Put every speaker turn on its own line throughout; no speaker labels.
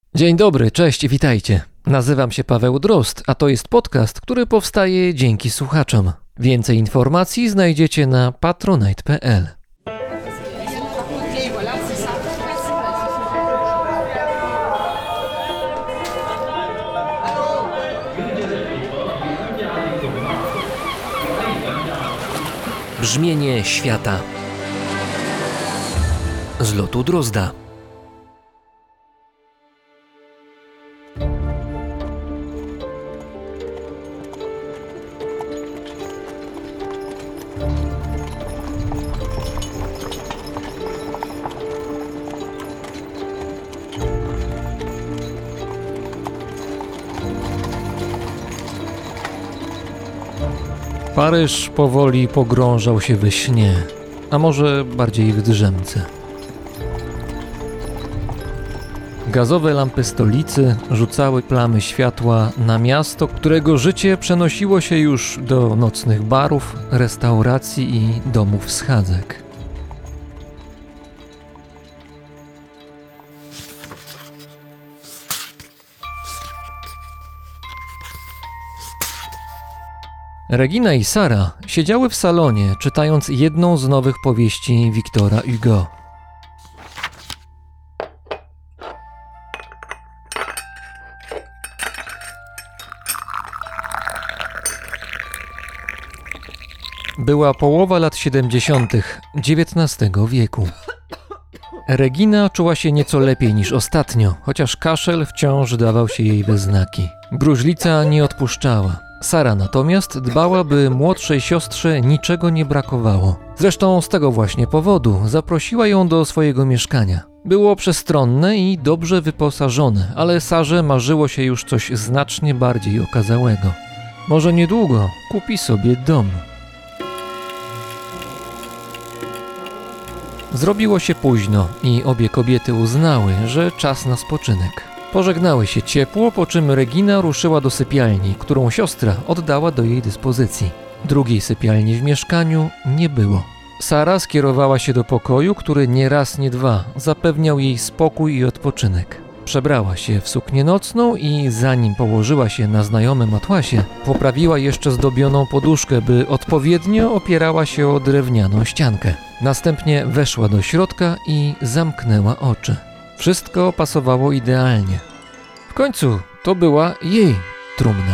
Dzień dobry, cześć, witajcie. Nazywam się Paweł Drozd, a to jest podcast, który powstaje dzięki słuchaczom. Więcej informacji znajdziecie na patronite.pl. Brzmienie świata z lotu Drozda. Paryż powoli pogrążał się we śnie, a może bardziej w drzemce. Gazowe lampy stolicy rzucały plamy światła na miasto, którego życie przenosiło się już do nocnych barów, restauracji i domów schadzek. Regina i Sara siedziały w salonie, czytając jedną z nowych powieści Victora Hugo. Była połowa lat 70. XIX wieku. Regina czuła się nieco lepiej niż ostatnio, chociaż kaszel wciąż dawał się jej we znaki. Gruźlica nie odpuszczała. Sara natomiast dbała, by młodszej siostrze niczego nie brakowało. Zresztą z tego właśnie powodu zaprosiła ją do swojego mieszkania. Było przestronne i dobrze wyposażone, ale Sarze marzyło się już coś znacznie bardziej okazałego. Może niedługo kupi sobie dom. Zrobiło się późno i obie kobiety uznały, że czas na spoczynek. Pożegnały się ciepło, po czym Regina ruszyła do sypialni, którą siostra oddała do jej dyspozycji. Drugiej sypialni w mieszkaniu nie było. Sara skierowała się do pokoju, który nie raz, nie dwa zapewniał jej spokój i odpoczynek. Przebrała się w suknię nocną i zanim położyła się na znajomym atłasie, poprawiła jeszcze zdobioną poduszkę, by odpowiednio opierała się o drewnianą ściankę. Następnie weszła do środka i zamknęła oczy. Wszystko pasowało idealnie. W końcu to była jej trumna.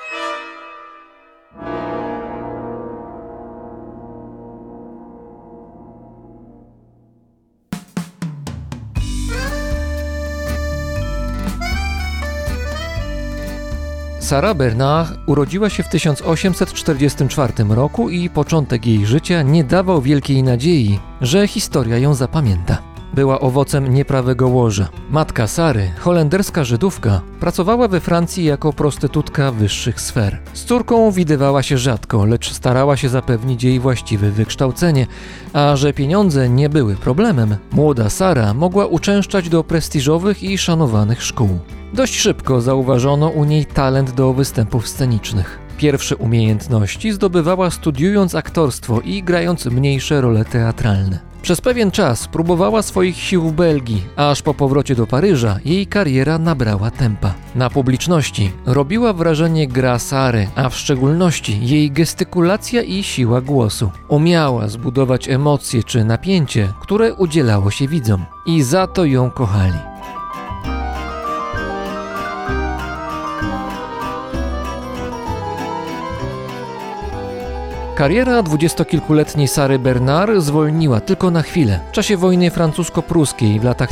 Sara Bernard urodziła się w 1844 roku i początek jej życia nie dawał wielkiej nadziei, że historia ją zapamięta. Była owocem nieprawego łoża. Matka Sary, holenderska Żydówka, pracowała we Francji jako prostytutka wyższych sfer. Z córką widywała się rzadko, lecz starała się zapewnić jej właściwe wykształcenie, a że pieniądze nie były problemem, młoda Sara mogła uczęszczać do prestiżowych i szanowanych szkół. Dość szybko zauważono u niej talent do występów scenicznych. Pierwsze umiejętności zdobywała studiując aktorstwo i grając mniejsze role teatralne. Przez pewien czas próbowała swoich sił w Belgii, aż po powrocie do Paryża jej kariera nabrała tempa. Na publiczności robiła wrażenie gra Sary, a w szczególności jej gestykulacja i siła głosu. Umiała zbudować emocje czy napięcie, które udzielało się widzom i za to ją kochali. Kariera dwudziestokilkuletniej Sary Bernard zwolniła tylko na chwilę. W czasie wojny francusko-pruskiej w latach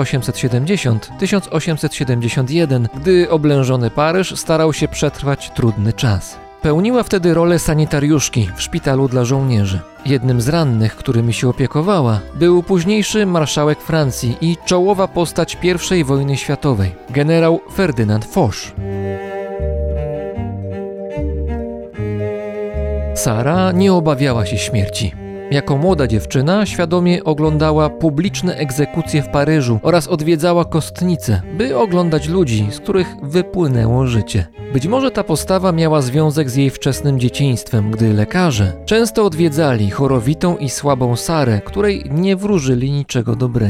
1870-1871, gdy oblężony Paryż starał się przetrwać trudny czas. Pełniła wtedy rolę sanitariuszki w szpitalu dla żołnierzy. Jednym z rannych, którymi się opiekowała, był późniejszy marszałek Francji i czołowa postać I wojny światowej, generał Ferdynand Foch. Sara nie obawiała się śmierci. Jako młoda dziewczyna świadomie oglądała publiczne egzekucje w Paryżu oraz odwiedzała kostnice, by oglądać ludzi, z których wypłynęło życie. Być może ta postawa miała związek z jej wczesnym dzieciństwem, gdy lekarze często odwiedzali chorowitą i słabą Sarę, której nie wróżyli niczego dobrego.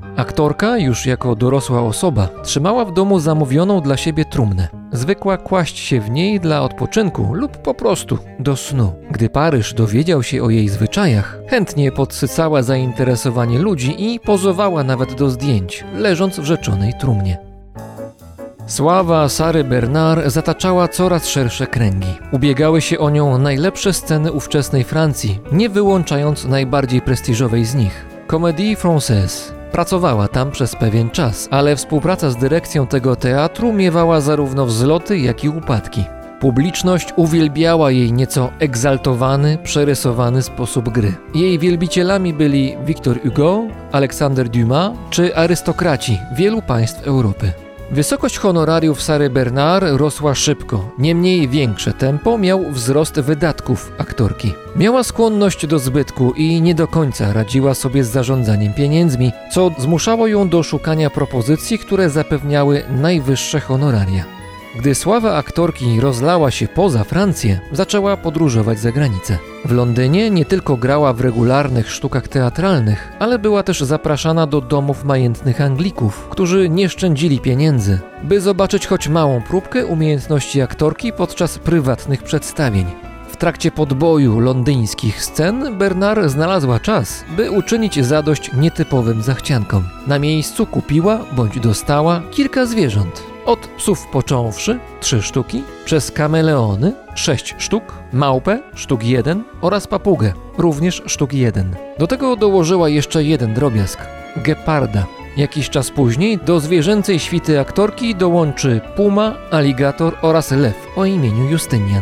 Aktorka, już jako dorosła osoba, trzymała w domu zamówioną dla siebie trumnę. Zwykła kłaść się w niej dla odpoczynku lub po prostu do snu. Gdy Paryż dowiedział się o jej zwyczajach, chętnie podsycała zainteresowanie ludzi i pozowała nawet do zdjęć, leżąc w rzeczonej trumnie. Sława Sary Bernard zataczała coraz szersze kręgi. Ubiegały się o nią najlepsze sceny ówczesnej Francji, nie wyłączając najbardziej prestiżowej z nich – Comédie Française. Pracowała tam przez pewien czas, ale współpraca z dyrekcją tego teatru miewała zarówno wzloty, jak i upadki. Publiczność uwielbiała jej nieco egzaltowany, przerysowany sposób gry. Jej wielbicielami byli Victor Hugo, Alexander Dumas czy arystokraci wielu państw Europy. Wysokość honorariów Sary Bernard rosła szybko, niemniej większe tempo miał wzrost wydatków aktorki. Miała skłonność do zbytku i nie do końca radziła sobie z zarządzaniem pieniędzmi, co zmuszało ją do szukania propozycji, które zapewniały najwyższe honoraria. Gdy sława aktorki rozlała się poza Francję, zaczęła podróżować za granicę. W Londynie nie tylko grała w regularnych sztukach teatralnych, ale była też zapraszana do domów majętnych Anglików, którzy nie szczędzili pieniędzy, by zobaczyć choć małą próbkę umiejętności aktorki podczas prywatnych przedstawień. W trakcie podboju londyńskich scen Bernard znalazła czas, by uczynić zadość nietypowym zachciankom. Na miejscu kupiła bądź dostała kilka zwierząt. Od psów począwszy 3 sztuki, przez kameleony 6 sztuk, małpę sztuk 1 oraz papugę również sztuk 1. Do tego dołożyła jeszcze jeden drobiazg – geparda. Jakiś czas później do zwierzęcej świty aktorki dołączy puma, aligator oraz lew o imieniu Justynian.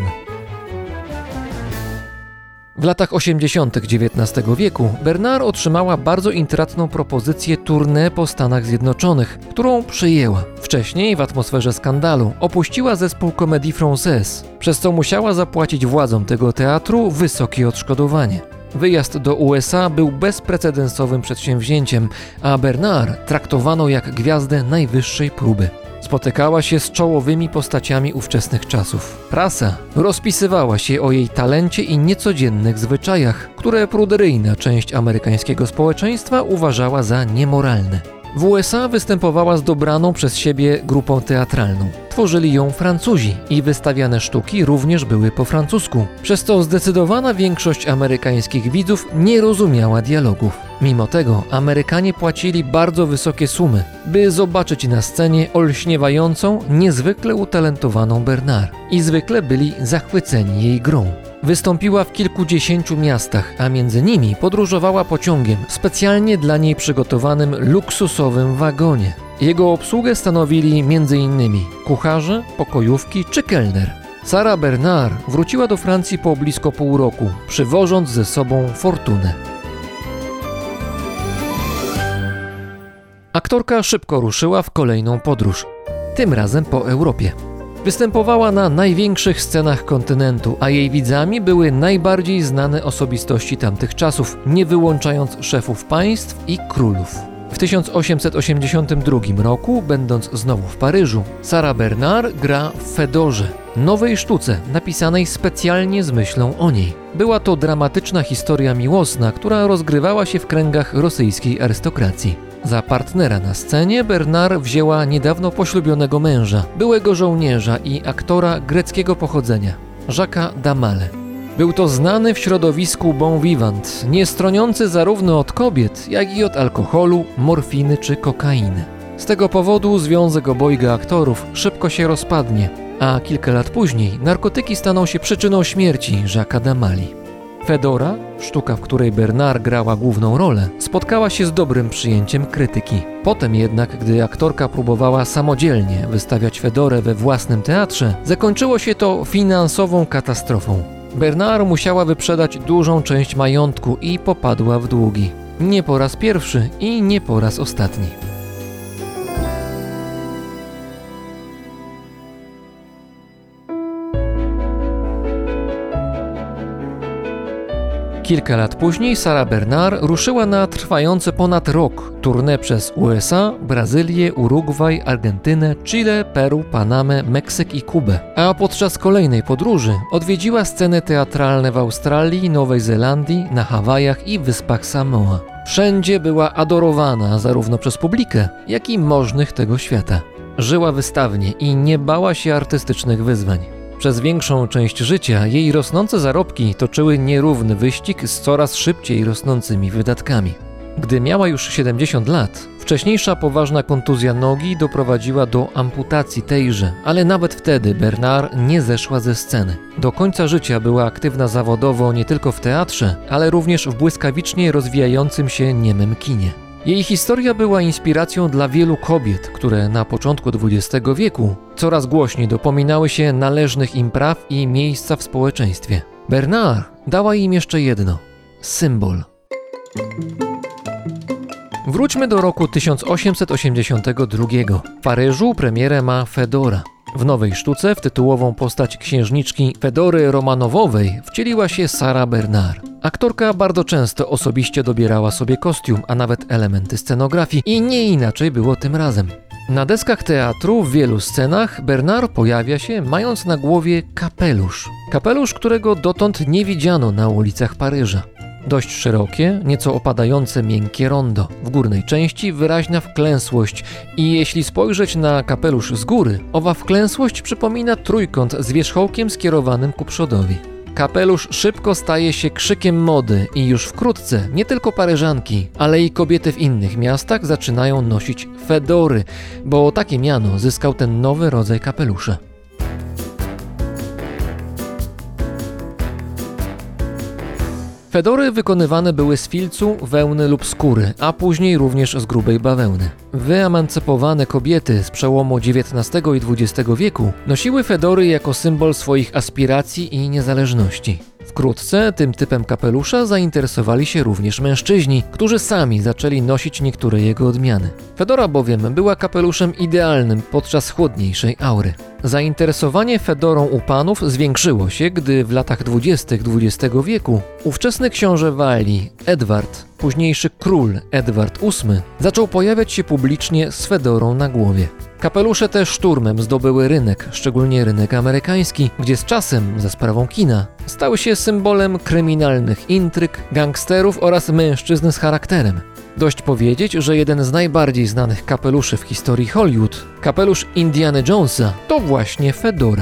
W latach 80. XIX wieku Bernard otrzymała bardzo intratną propozycję tournée po Stanach Zjednoczonych, którą przyjęła. Wcześniej, w atmosferze skandalu, opuściła zespół Comédie Française, przez co musiała zapłacić władzom tego teatru wysokie odszkodowanie. Wyjazd do USA był bezprecedensowym przedsięwzięciem, a Bernard traktowano jak gwiazdę najwyższej próby. Spotykała się z czołowymi postaciami ówczesnych czasów. Prasa rozpisywała się o jej talencie i niecodziennych zwyczajach, które pruderyjna część amerykańskiego społeczeństwa uważała za niemoralne. W USA występowała z dobraną przez siebie grupą teatralną. Tworzyli ją Francuzi i wystawiane sztuki również były po francusku, przez co zdecydowana większość amerykańskich widzów nie rozumiała dialogów. Mimo tego Amerykanie płacili bardzo wysokie sumy, by zobaczyć na scenie olśniewającą, niezwykle utalentowaną Bernard i zwykle byli zachwyceni jej grą. Wystąpiła w kilkudziesięciu miastach, a między nimi podróżowała pociągiem specjalnie dla niej przygotowanym luksusowym wagonie. Jego obsługę stanowili m.in. kucharze, pokojówki czy kelner. Sara Bernard wróciła do Francji po blisko pół roku, przywożąc ze sobą fortunę. Aktorka szybko ruszyła w kolejną podróż, tym razem po Europie. Występowała na największych scenach kontynentu, a jej widzami były najbardziej znane osobistości tamtych czasów, nie wyłączając szefów państw i królów. W 1882 roku, będąc znowu w Paryżu, Sara Bernard gra w Fedorze, nowej sztuce napisanej specjalnie z myślą o niej. Była to dramatyczna historia miłosna, która rozgrywała się w kręgach rosyjskiej arystokracji. Za partnera na scenie Bernard wzięła niedawno poślubionego męża, byłego żołnierza i aktora greckiego pochodzenia, Jacques'a Damale. Był to znany w środowisku bon vivant, nie stroniący zarówno od kobiet, jak i od alkoholu, morfiny czy kokainy. Z tego powodu związek obojga aktorów szybko się rozpadnie, a kilka lat później narkotyki staną się przyczyną śmierci Jacques'a Damali. Fedora, sztuka, w której Bernard grała główną rolę, spotkała się z dobrym przyjęciem krytyki. Potem jednak, gdy aktorka próbowała samodzielnie wystawiać Fedorę we własnym teatrze, zakończyło się to finansową katastrofą. Bernard musiała wyprzedać dużą część majątku i popadła w długi. Nie po raz pierwszy i nie po raz ostatni. Kilka lat później Sara Bernard ruszyła na trwające ponad rok tournée przez USA, Brazylię, Urugwaj, Argentynę, Chile, Peru, Panamę, Meksyk i Kubę. A podczas kolejnej podróży odwiedziła sceny teatralne w Australii, Nowej Zelandii, na Hawajach i Wyspach Samoa. Wszędzie była adorowana zarówno przez publikę, jak i możnych tego świata. Żyła wystawnie i nie bała się artystycznych wyzwań. Przez większą część życia jej rosnące zarobki toczyły nierówny wyścig z coraz szybciej rosnącymi wydatkami. Gdy miała już 70 lat, wcześniejsza poważna kontuzja nogi doprowadziła do amputacji tejże, ale nawet wtedy Bernard nie zeszła ze sceny. Do końca życia była aktywna zawodowo nie tylko w teatrze, ale również w błyskawicznie rozwijającym się niemym kinie. Jej historia była inspiracją dla wielu kobiet, które na początku XX wieku coraz głośniej dopominały się należnych im praw i miejsca w społeczeństwie. Bernard dała im jeszcze jedno – symbol. Wróćmy do roku 1882. W Paryżu premierę ma Fedora. W nowej sztuce w tytułową postać księżniczki Fedory Romanowowej wcieliła się Sarah Bernard. Aktorka bardzo często osobiście dobierała sobie kostium, a nawet elementy scenografii i nie inaczej było tym razem. Na deskach teatru w wielu scenach Bernard pojawia się mając na głowie kapelusz. Kapelusz, którego dotąd nie widziano na ulicach Paryża. Dość szerokie, nieco opadające miękkie rondo. W górnej części wyraźna wklęsłość i jeśli spojrzeć na kapelusz z góry, owa wklęsłość przypomina trójkąt z wierzchołkiem skierowanym ku przodowi. Kapelusz szybko staje się krzykiem mody i już wkrótce nie tylko Paryżanki, ale i kobiety w innych miastach zaczynają nosić fedory, bo takie miano zyskał ten nowy rodzaj kapelusza. Fedory wykonywane były z filcu, wełny lub skóry, a później również z grubej bawełny. Wyemancypowane kobiety z przełomu XIX i XX wieku nosiły fedory jako symbol swoich aspiracji i niezależności. Wkrótce tym typem kapelusza zainteresowali się również mężczyźni, którzy sami zaczęli nosić niektóre jego odmiany. Fedora bowiem była kapeluszem idealnym podczas chłodniejszej aury. Zainteresowanie fedorą u panów zwiększyło się, gdy w latach 20. XX wieku ówczesny książę Walii, Edward, późniejszy król Edward VIII, zaczął pojawiać się publicznie z fedorą na głowie. Kapelusze te szturmem zdobyły rynek, szczególnie rynek amerykański, gdzie z czasem, za sprawą kina, stały się symbolem kryminalnych intryg, gangsterów oraz mężczyzn z charakterem. Dość powiedzieć, że jeden z najbardziej znanych kapeluszy w historii Hollywood, kapelusz Indiana Jonesa, to właśnie fedora.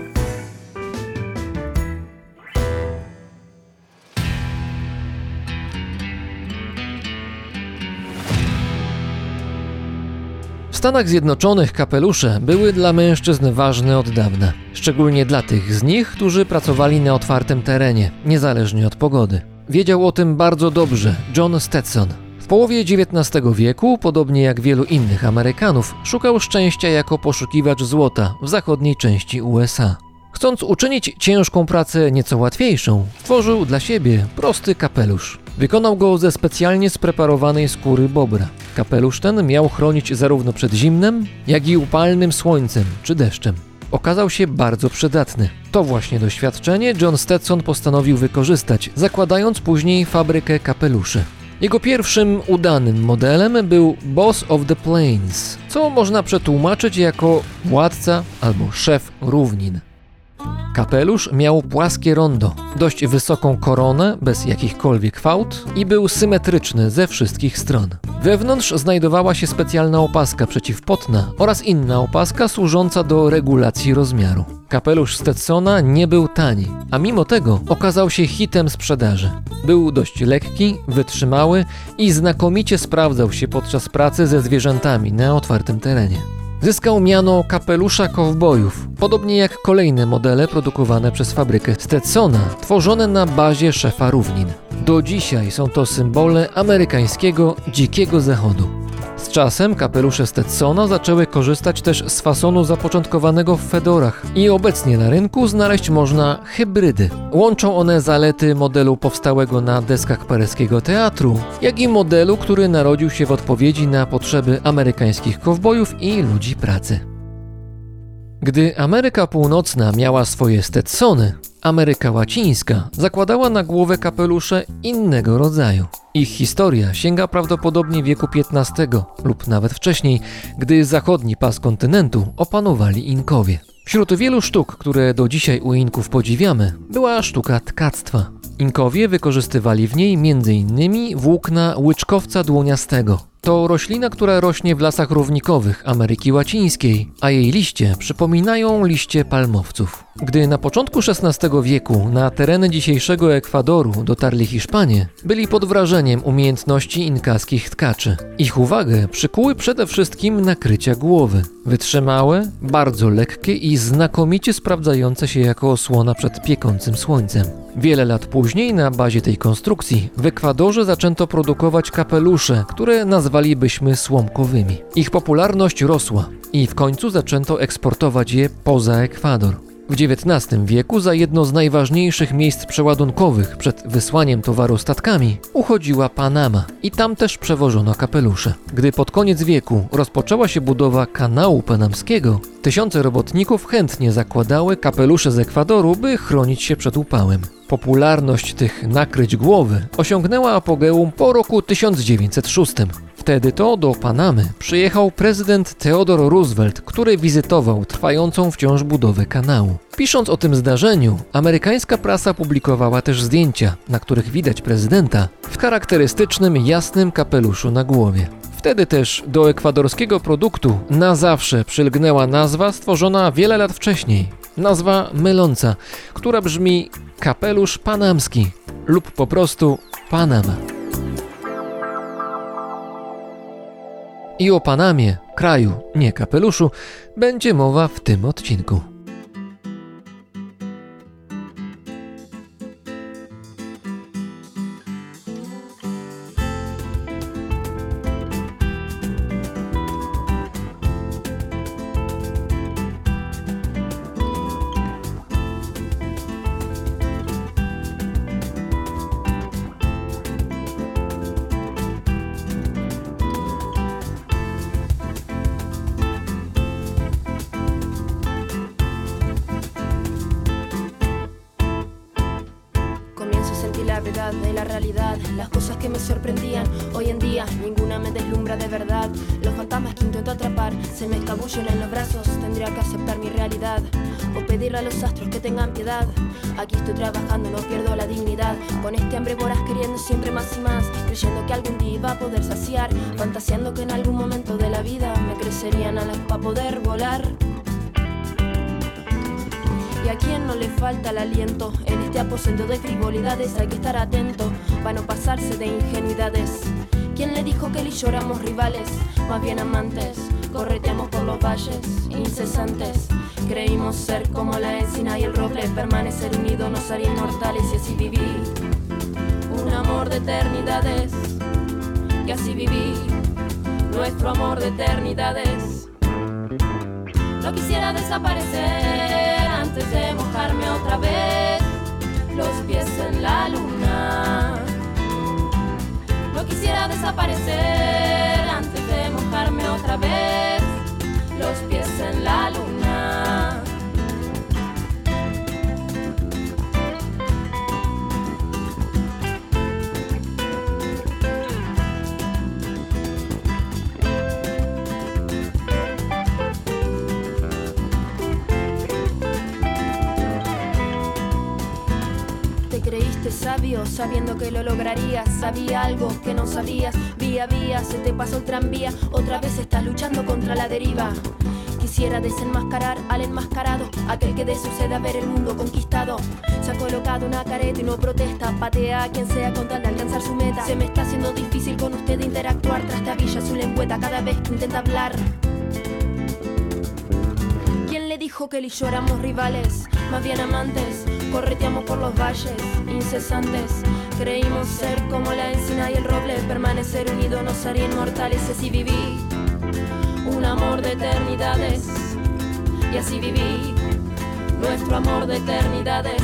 W Stanach Zjednoczonych kapelusze były dla mężczyzn ważne od dawna, szczególnie dla tych z nich, którzy pracowali na otwartym terenie, niezależnie od pogody. Wiedział o tym bardzo dobrze John Stetson. W połowie XIX wieku, podobnie jak wielu innych Amerykanów, szukał szczęścia jako poszukiwacz złota w zachodniej części USA. Chcąc uczynić ciężką pracę nieco łatwiejszą, stworzył dla siebie prosty kapelusz. Wykonał go ze specjalnie spreparowanej skóry bobra. Kapelusz ten miał chronić zarówno przed zimnem, jak i upalnym słońcem czy deszczem. Okazał się bardzo przydatny. To właśnie doświadczenie John Stetson postanowił wykorzystać, zakładając później fabrykę kapeluszy. Jego pierwszym udanym modelem był Boss of the Plains, co można przetłumaczyć jako władca albo szef równin. Kapelusz miał płaskie rondo, dość wysoką koronę bez jakichkolwiek fałd i był symetryczny ze wszystkich stron. Wewnątrz znajdowała się specjalna opaska przeciwpotna oraz inna opaska służąca do regulacji rozmiaru. Kapelusz Stetsona nie był tani, a mimo tego okazał się hitem sprzedaży. Był dość lekki, wytrzymały i znakomicie sprawdzał się podczas pracy ze zwierzętami na otwartym terenie. Zyskał miano kapelusza kowbojów, podobnie jak kolejne modele produkowane przez fabrykę Stetsona, tworzone na bazie szefa równin. Do dzisiaj są to symbole amerykańskiego dzikiego zachodu. Z czasem kapelusze Stetsona zaczęły korzystać też z fasonu zapoczątkowanego w fedorach i obecnie na rynku znaleźć można hybrydy. Łączą one zalety modelu powstałego na deskach paryskiego teatru, jak i modelu, który narodził się w odpowiedzi na potrzeby amerykańskich kowbojów i ludzi pracy. Gdy Ameryka Północna miała swoje Stetsony, Ameryka Łacińska zakładała na głowę kapelusze innego rodzaju. Ich historia sięga prawdopodobnie wieku XV lub nawet wcześniej, gdy zachodni pas kontynentu opanowali Inkowie. Wśród wielu sztuk, które do dzisiaj u Inków podziwiamy, była sztuka tkactwa. Inkowie wykorzystywali w niej m.in. włókna łyczkowca dłoniastego. To roślina, która rośnie w lasach równikowych Ameryki Łacińskiej, a jej liście przypominają liście palmowców. Gdy na początku XVI wieku na tereny dzisiejszego Ekwadoru dotarli Hiszpanie, byli pod wrażeniem umiejętności inkaskich tkaczy. Ich uwagę przykuły przede wszystkim nakrycia głowy. Wytrzymałe, bardzo lekkie i znakomicie sprawdzające się jako osłona przed piekącym słońcem. Wiele lat później na bazie tej konstrukcji w Ekwadorze zaczęto produkować kapelusze, które nazwalibyśmy słomkowymi. Ich popularność rosła i w końcu zaczęto eksportować je poza Ekwador. W XIX wieku za jedno z najważniejszych miejsc przeładunkowych przed wysłaniem towaru statkami uchodziła Panama i tam też przewożono kapelusze. Gdy pod koniec wieku rozpoczęła się budowa kanału panamskiego, tysiące robotników chętnie zakładały kapelusze z Ekwadoru, by chronić się przed upałem. Popularność tych nakryć głowy osiągnęła apogeum po roku 1906. Wtedy to do Panamy przyjechał prezydent Theodore Roosevelt, który wizytował trwającą wciąż budowę kanału. Pisząc o tym zdarzeniu, amerykańska prasa publikowała też zdjęcia, na których widać prezydenta w charakterystycznym jasnym kapeluszu na głowie. Wtedy też do ekwadorskiego produktu na zawsze przylgnęła nazwa stworzona wiele lat wcześniej. Nazwa myląca, która brzmi kapelusz panamski lub po prostu Panama. I o Panamie, kraju, nie kapeluszu, będzie mowa w tym odcinku.
De la realidad, las cosas que me sorprendían. Hoy en día ninguna me deslumbra de verdad. Los fantasmas que intento atrapar se me escabullen en los brazos. Tendría que aceptar mi realidad o pedirle a los astros que tengan piedad. Aquí estoy trabajando, no pierdo la dignidad. Con este hambre voraz queriendo siempre más y más, creyendo que algún día iba a poder saciar, fantaseando que en algún momento de la vida me crecerían alas para poder volar. Y a quien no le falta el aliento en este aposento de frivolidades, hay que estar atento para no pasarse de ingenuidades. ¿Quién le dijo que él y yo éramos rivales? Más bien amantes, correteamos por los valles incesantes. Creímos ser como la encina y el roble, permanecer unidos nos haría inmortales y así viví un amor de eternidades. Y así viví nuestro amor de eternidades. No quisiera desaparecer antes de mojarme otra vez los pies en la luna. No quisiera desaparecer antes de mojarme otra vez los pies en la luna. Creíste sabio sabiendo que lo lograrías. Sabía algo que no sabías. Vía a vía se te pasó el tranvía. Otra vez estás luchando contra la deriva. Quisiera desenmascarar al enmascarado, aquel que de su sed a ver el mundo conquistado. Se ha colocado una careta y no protesta. Patea a quien sea con tal de alcanzar su meta. Se me está haciendo difícil con usted interactuar. Trastabilla su lengüeta cada vez que intenta hablar. ¿Quién le dijo que él y yo éramos rivales? Más bien amantes. Correteamos por los valles incesantes. Creímos ser como la encina y el roble, permanecer unidos nos haría inmortales. Y así viví un amor de eternidades. Y así viví nuestro amor de eternidades.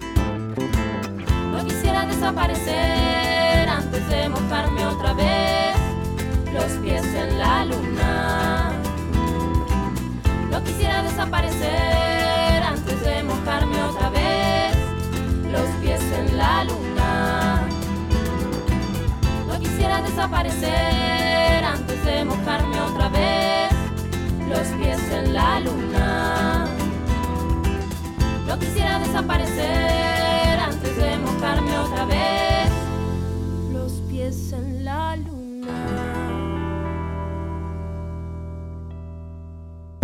No quisiera desaparecer antes de mojarme otra vez los pies en la luna. No quisiera desaparecer antes de mojarme otra vez los pies en la luna. No quisiera desaparecer antes de mojarme otra vez los pies en la luna. No quisiera desaparecer antes de mojarme otra vez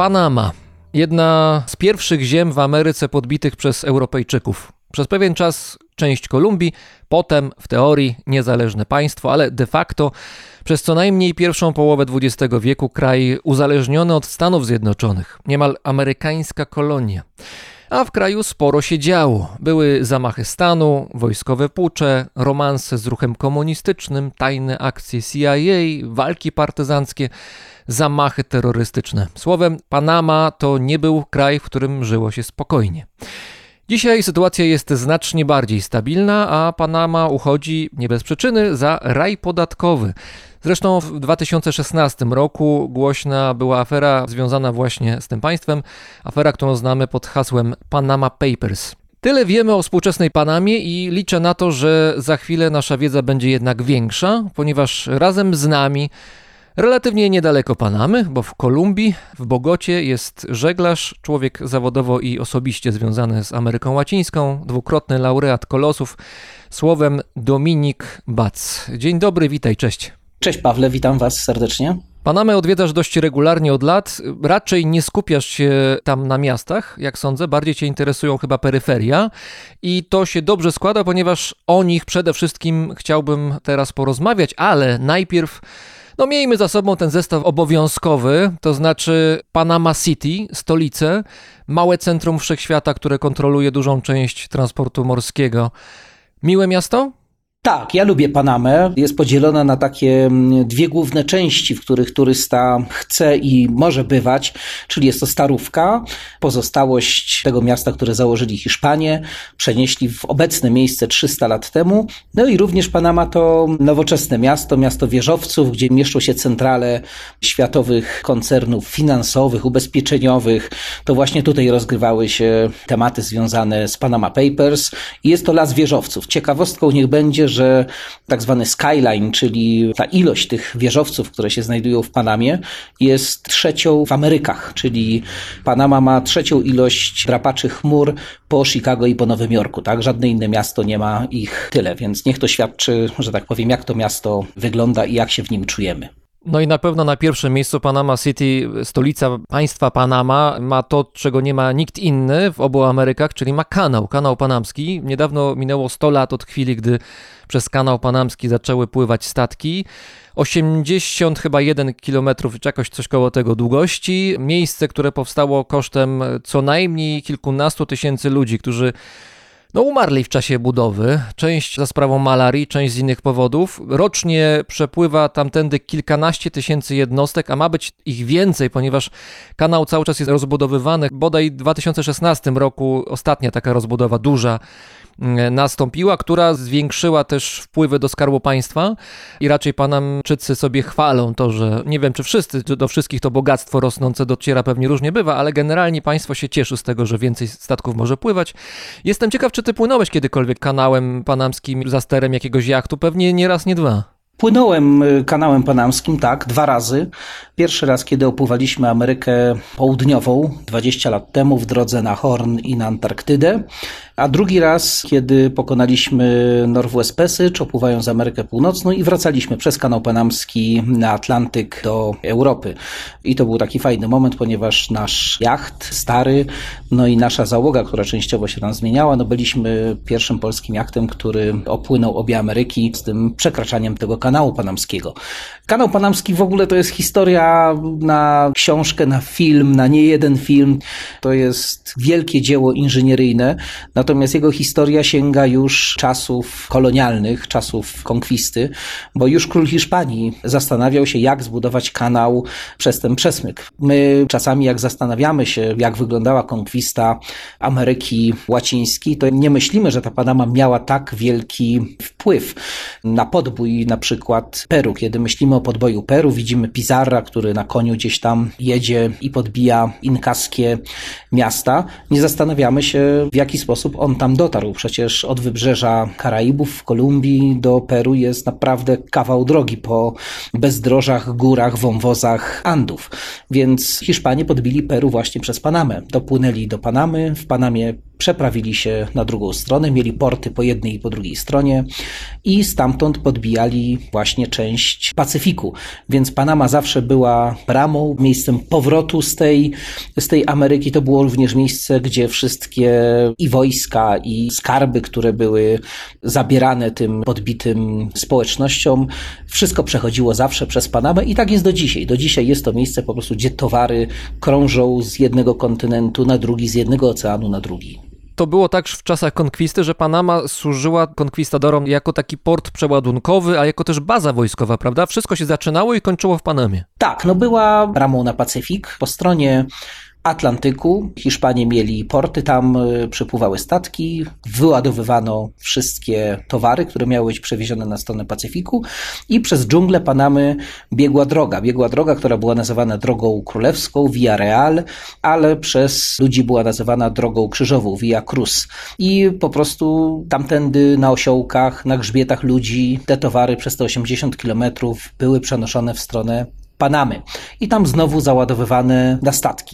Panama. Jedna z pierwszych ziem w Ameryce podbitych przez Europejczyków. Przez pewien czas część Kolumbii, potem w teorii niezależne państwo, ale de facto przez co najmniej pierwszą połowę XX wieku kraj uzależniony od Stanów Zjednoczonych. Niemal amerykańska kolonia. A w kraju sporo się działo. Były zamachy stanu, wojskowe pucze, romanse z ruchem komunistycznym, tajne akcje CIA, walki partyzanckie, zamachy terrorystyczne. Słowem, Panama to nie był kraj, w którym żyło się spokojnie. Dzisiaj sytuacja jest znacznie bardziej stabilna, a Panama uchodzi nie bez przyczyny za raj podatkowy. Zresztą w 2016 roku głośna była afera związana właśnie z tym państwem, afera, którą znamy pod hasłem Panama Papers. Tyle wiemy o współczesnej Panamie i liczę na to, że za chwilę nasza wiedza będzie jednak większa, ponieważ razem z nami relatywnie niedaleko Panamy, bo w Kolumbii, w Bogocie jest żeglarz, człowiek zawodowo i osobiście związany z Ameryką Łacińską, dwukrotny laureat Kolosów, słowem Dominik Bac. Dzień dobry, witaj, cześć.
Cześć Pawle, witam Was serdecznie.
Panamę odwiedzasz dość regularnie od lat, raczej nie skupiasz się tam na miastach, jak sądzę, bardziej Cię interesują chyba peryferia i to się dobrze składa, ponieważ o nich przede wszystkim chciałbym teraz porozmawiać, ale najpierw miejmy za sobą ten zestaw obowiązkowy, to znaczy Panama City, stolicę, małe centrum wszechświata, które kontroluje dużą część transportu morskiego. Miłe miasto?
Tak, ja lubię Panamę. Jest podzielona na takie dwie główne części, w których turysta chce i może bywać, czyli jest to Starówka, pozostałość tego miasta, które założyli Hiszpanie, przenieśli w obecne miejsce 300 lat temu. No i również Panama to nowoczesne miasto, miasto wieżowców, gdzie mieszczą się centrale światowych koncernów finansowych, ubezpieczeniowych. To właśnie tutaj rozgrywały się tematy związane z Panama Papers i jest to las wieżowców. Ciekawostką niech będzie, że tak zwany skyline, czyli ta ilość tych wieżowców, które się znajdują w Panamie, jest trzecią w Amerykach, czyli Panama ma trzecią ilość drapaczy chmur po Chicago i po Nowym Jorku, tak? Żadne inne miasto nie ma ich tyle, więc niech to świadczy, że tak powiem, jak to miasto wygląda i jak się w nim czujemy.
No i na pewno na pierwszym miejscu Panama City, stolica państwa Panama, ma to, czego nie ma nikt inny w obu Amerykach, czyli ma kanał panamski. Niedawno minęło 100 lat od chwili, gdy przez kanał panamski zaczęły pływać statki. 80 chyba 1 kilometrów, czy jakoś coś koło tego długości. Miejsce, które powstało kosztem co najmniej kilkunastu tysięcy ludzi, którzy umarli w czasie budowy, część za sprawą malarii, część z innych powodów. Rocznie przepływa tamtędy kilkanaście tysięcy jednostek, a ma być ich więcej, ponieważ kanał cały czas jest rozbudowywany. Bodaj w 2016 roku ostatnia taka rozbudowa duża nastąpiła, która zwiększyła też wpływy do Skarbu Państwa i raczej Panamczycy sobie chwalą to, że nie wiem, czy wszyscy, czy do wszystkich to bogactwo rosnące dociera, pewnie różnie bywa, ale generalnie państwo się cieszy z tego, że więcej statków może pływać. Jestem ciekaw, czy ty płynąłeś kiedykolwiek kanałem panamskim za sterem jakiegoś jachtu? Pewnie nie raz, nie dwa.
Płynąłem kanałem panamskim, tak, 2 razy. Pierwszy raz, kiedy opływaliśmy Amerykę Południową 20 lat temu w drodze na Horn i na Antarktydę, a drugi raz, kiedy pokonaliśmy Northwest Passage, opływając Amerykę Północną i wracaliśmy przez kanał panamski na Atlantyk do Europy. I to był taki fajny moment, ponieważ nasz jacht stary, i nasza załoga, która częściowo się tam zmieniała, byliśmy pierwszym polskim jachtem, który opłynął obie Ameryki z tym przekraczaniem tego kanału panamskiego. Kanał panamski w ogóle to jest historia na książkę, na film, na nie jeden film. To jest wielkie dzieło inżynieryjne, natomiast jego historia sięga już czasów kolonialnych, czasów konkwisty, bo już król Hiszpanii zastanawiał się, jak zbudować kanał przez ten przesmyk. My czasami, jak zastanawiamy się, jak wyglądała konkwista Ameryki Łacińskiej, to nie myślimy, że ta Panama miała tak wielki wpływ na podbój na przykład Peru. Kiedy myślimy o podboju Peru, widzimy Pizarra, który na koniu gdzieś tam jedzie i podbija inkaskie miasta. Nie zastanawiamy się, w jaki sposób on tam dotarł. Przecież od wybrzeża Karaibów w Kolumbii do Peru jest naprawdę kawał drogi po bezdrożach, górach, wąwozach Andów. Więc Hiszpanie podbili Peru właśnie przez Panamę. Dopłynęli do Panamy, w Panamie przeprawili się na drugą stronę, mieli porty po jednej i po drugiej stronie i stamtąd podbijali właśnie część Pacyfiku. Więc Panama zawsze była bramą, miejscem powrotu z tej Ameryki. To było również miejsce, gdzie wszystkie i wojska, i skarby, które były zabierane tym podbitym społecznościom, wszystko przechodziło zawsze przez Panamę i tak jest do dzisiaj. Do dzisiaj jest to miejsce po prostu, gdzie towary krążą z jednego kontynentu na drugi, z jednego oceanu na drugi.
To było tak w czasach konkwisty, że Panama służyła konkwistadorom jako taki port przeładunkowy, a jako też baza wojskowa, prawda? Wszystko się zaczynało i kończyło w Panamie.
Tak, była bramą na Pacyfik. Po stronie Atlantyku Hiszpanie mieli porty, tam przypływały statki, wyładowywano wszystkie towary, które miały być przewiezione na stronę Pacyfiku i przez dżunglę Panamy biegła droga, która była nazywana drogą królewską, Via Real, ale przez ludzi była nazywana drogą krzyżową, Via Cruz. I po prostu tamtędy na osiołkach, na grzbietach ludzi te towary przez te 80 kilometrów były przenoszone w stronę Panamy i tam znowu załadowywane na statki.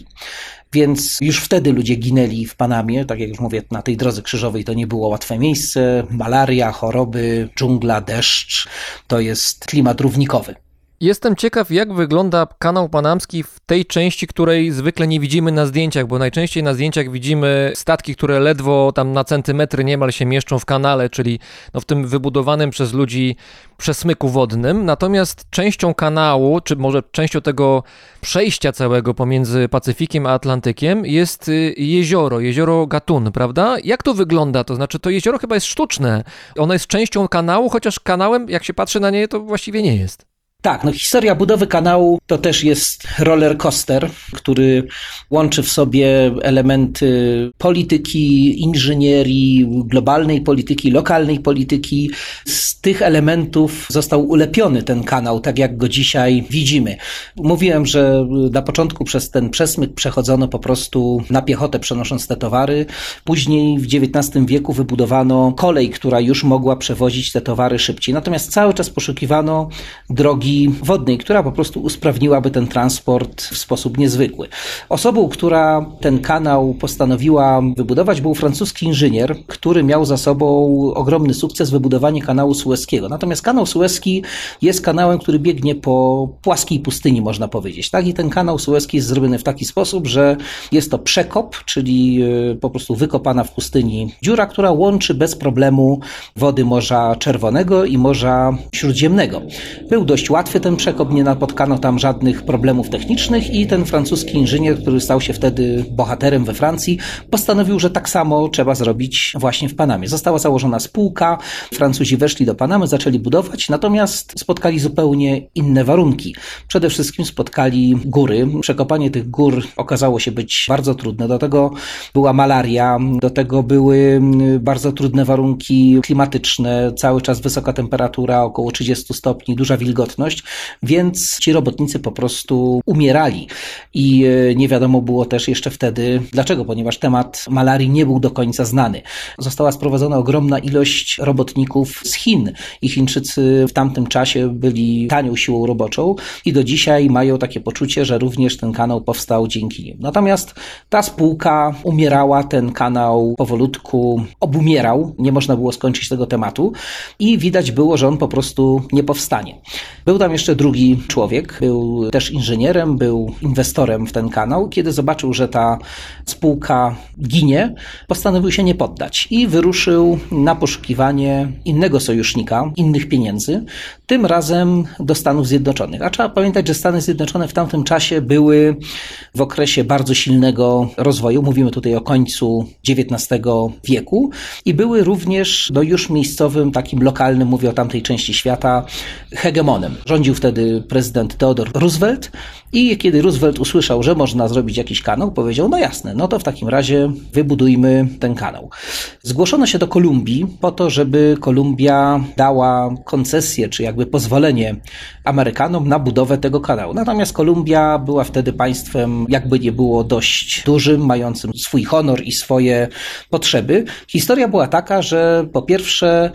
Więc już wtedy ludzie ginęli w Panamie, tak jak już mówię, na tej drodze krzyżowej to nie było łatwe miejsce, malaria, choroby, dżungla, deszcz, to jest klimat równikowy.
Jestem ciekaw, jak wygląda kanał panamski w tej części, której zwykle nie widzimy na zdjęciach, bo najczęściej na zdjęciach widzimy statki, które ledwo tam na centymetry niemal się mieszczą w kanale, czyli w tym wybudowanym przez ludzi przesmyku wodnym. Natomiast częścią kanału, czy może częścią tego przejścia całego pomiędzy Pacyfikiem a Atlantykiem jest jezioro Gatun, prawda? Jak to wygląda? To znaczy, to jezioro chyba jest sztuczne. Ono jest częścią kanału, chociaż kanałem, jak się patrzy na nie, to właściwie nie jest.
Tak, historia budowy kanału to też jest roller coaster, który łączy w sobie elementy polityki, inżynierii, globalnej polityki, lokalnej polityki. Z tych elementów został ulepiony ten kanał, tak jak go dzisiaj widzimy. Mówiłem, że na początku przez ten przesmyk przechodzono po prostu na piechotę, przenosząc te towary. Później w XIX wieku wybudowano kolej, która już mogła przewozić te towary szybciej. Natomiast cały czas poszukiwano drogi wodnej, która po prostu usprawniłaby ten transport w sposób niezwykły. Osobą, która ten kanał postanowiła wybudować, był francuski inżynier, który miał za sobą ogromny sukces wybudowanie kanału Sueskiego. Natomiast kanał Sueski jest kanałem, który biegnie po płaskiej pustyni, można powiedzieć. Tak? I ten kanał Sueski jest zrobiony w taki sposób, że jest to przekop, czyli po prostu wykopana w pustyni dziura, która łączy bez problemu wody Morza Czerwonego i Morza Śródziemnego. Był dość łatwy ten przekop, nie napotkano tam żadnych problemów technicznych i ten francuski inżynier, który stał się wtedy bohaterem we Francji, postanowił, że tak samo trzeba zrobić właśnie w Panamie. Została założona spółka, Francuzi weszli do Panamy, zaczęli budować, natomiast spotkali zupełnie inne warunki. Przede wszystkim spotkali góry. Przekopanie tych gór okazało się być bardzo trudne. Do tego była malaria, do tego były bardzo trudne warunki klimatyczne, cały czas wysoka temperatura, około 30 stopni, duża wilgotność, więc ci robotnicy po prostu umierali i nie wiadomo było też jeszcze wtedy dlaczego, ponieważ temat malarii nie był do końca znany. Została sprowadzona ogromna ilość robotników z Chin i Chińczycy w tamtym czasie byli tanią siłą roboczą i do dzisiaj mają takie poczucie, że również ten kanał powstał dzięki nim. Natomiast ta spółka umierała, ten kanał powolutku obumierał, nie można było skończyć tego tematu i widać było, że on po prostu nie powstanie. Był tam jeszcze drugi człowiek, był też inżynierem, był inwestorem w ten kanał. Kiedy zobaczył, że ta spółka ginie, postanowił się nie poddać i wyruszył na poszukiwanie innego sojusznika, innych pieniędzy, tym razem do Stanów Zjednoczonych. A trzeba pamiętać, że Stany Zjednoczone w tamtym czasie były w okresie bardzo silnego rozwoju, mówimy tutaj o końcu XIX wieku i były również już miejscowym, takim lokalnym, mówię o tamtej części świata, hegemonem. Rządził wtedy prezydent Theodore Roosevelt i kiedy Roosevelt usłyszał, że można zrobić jakiś kanał, powiedział, no jasne, no to w takim razie wybudujmy ten kanał. Zgłoszono się do Kolumbii po to, żeby Kolumbia dała koncesję, czy jakby pozwolenie Amerykanom na budowę tego kanału. Natomiast Kolumbia była wtedy państwem, jakby nie było, dość dużym, mającym swój honor i swoje potrzeby. Historia była taka, że po pierwsze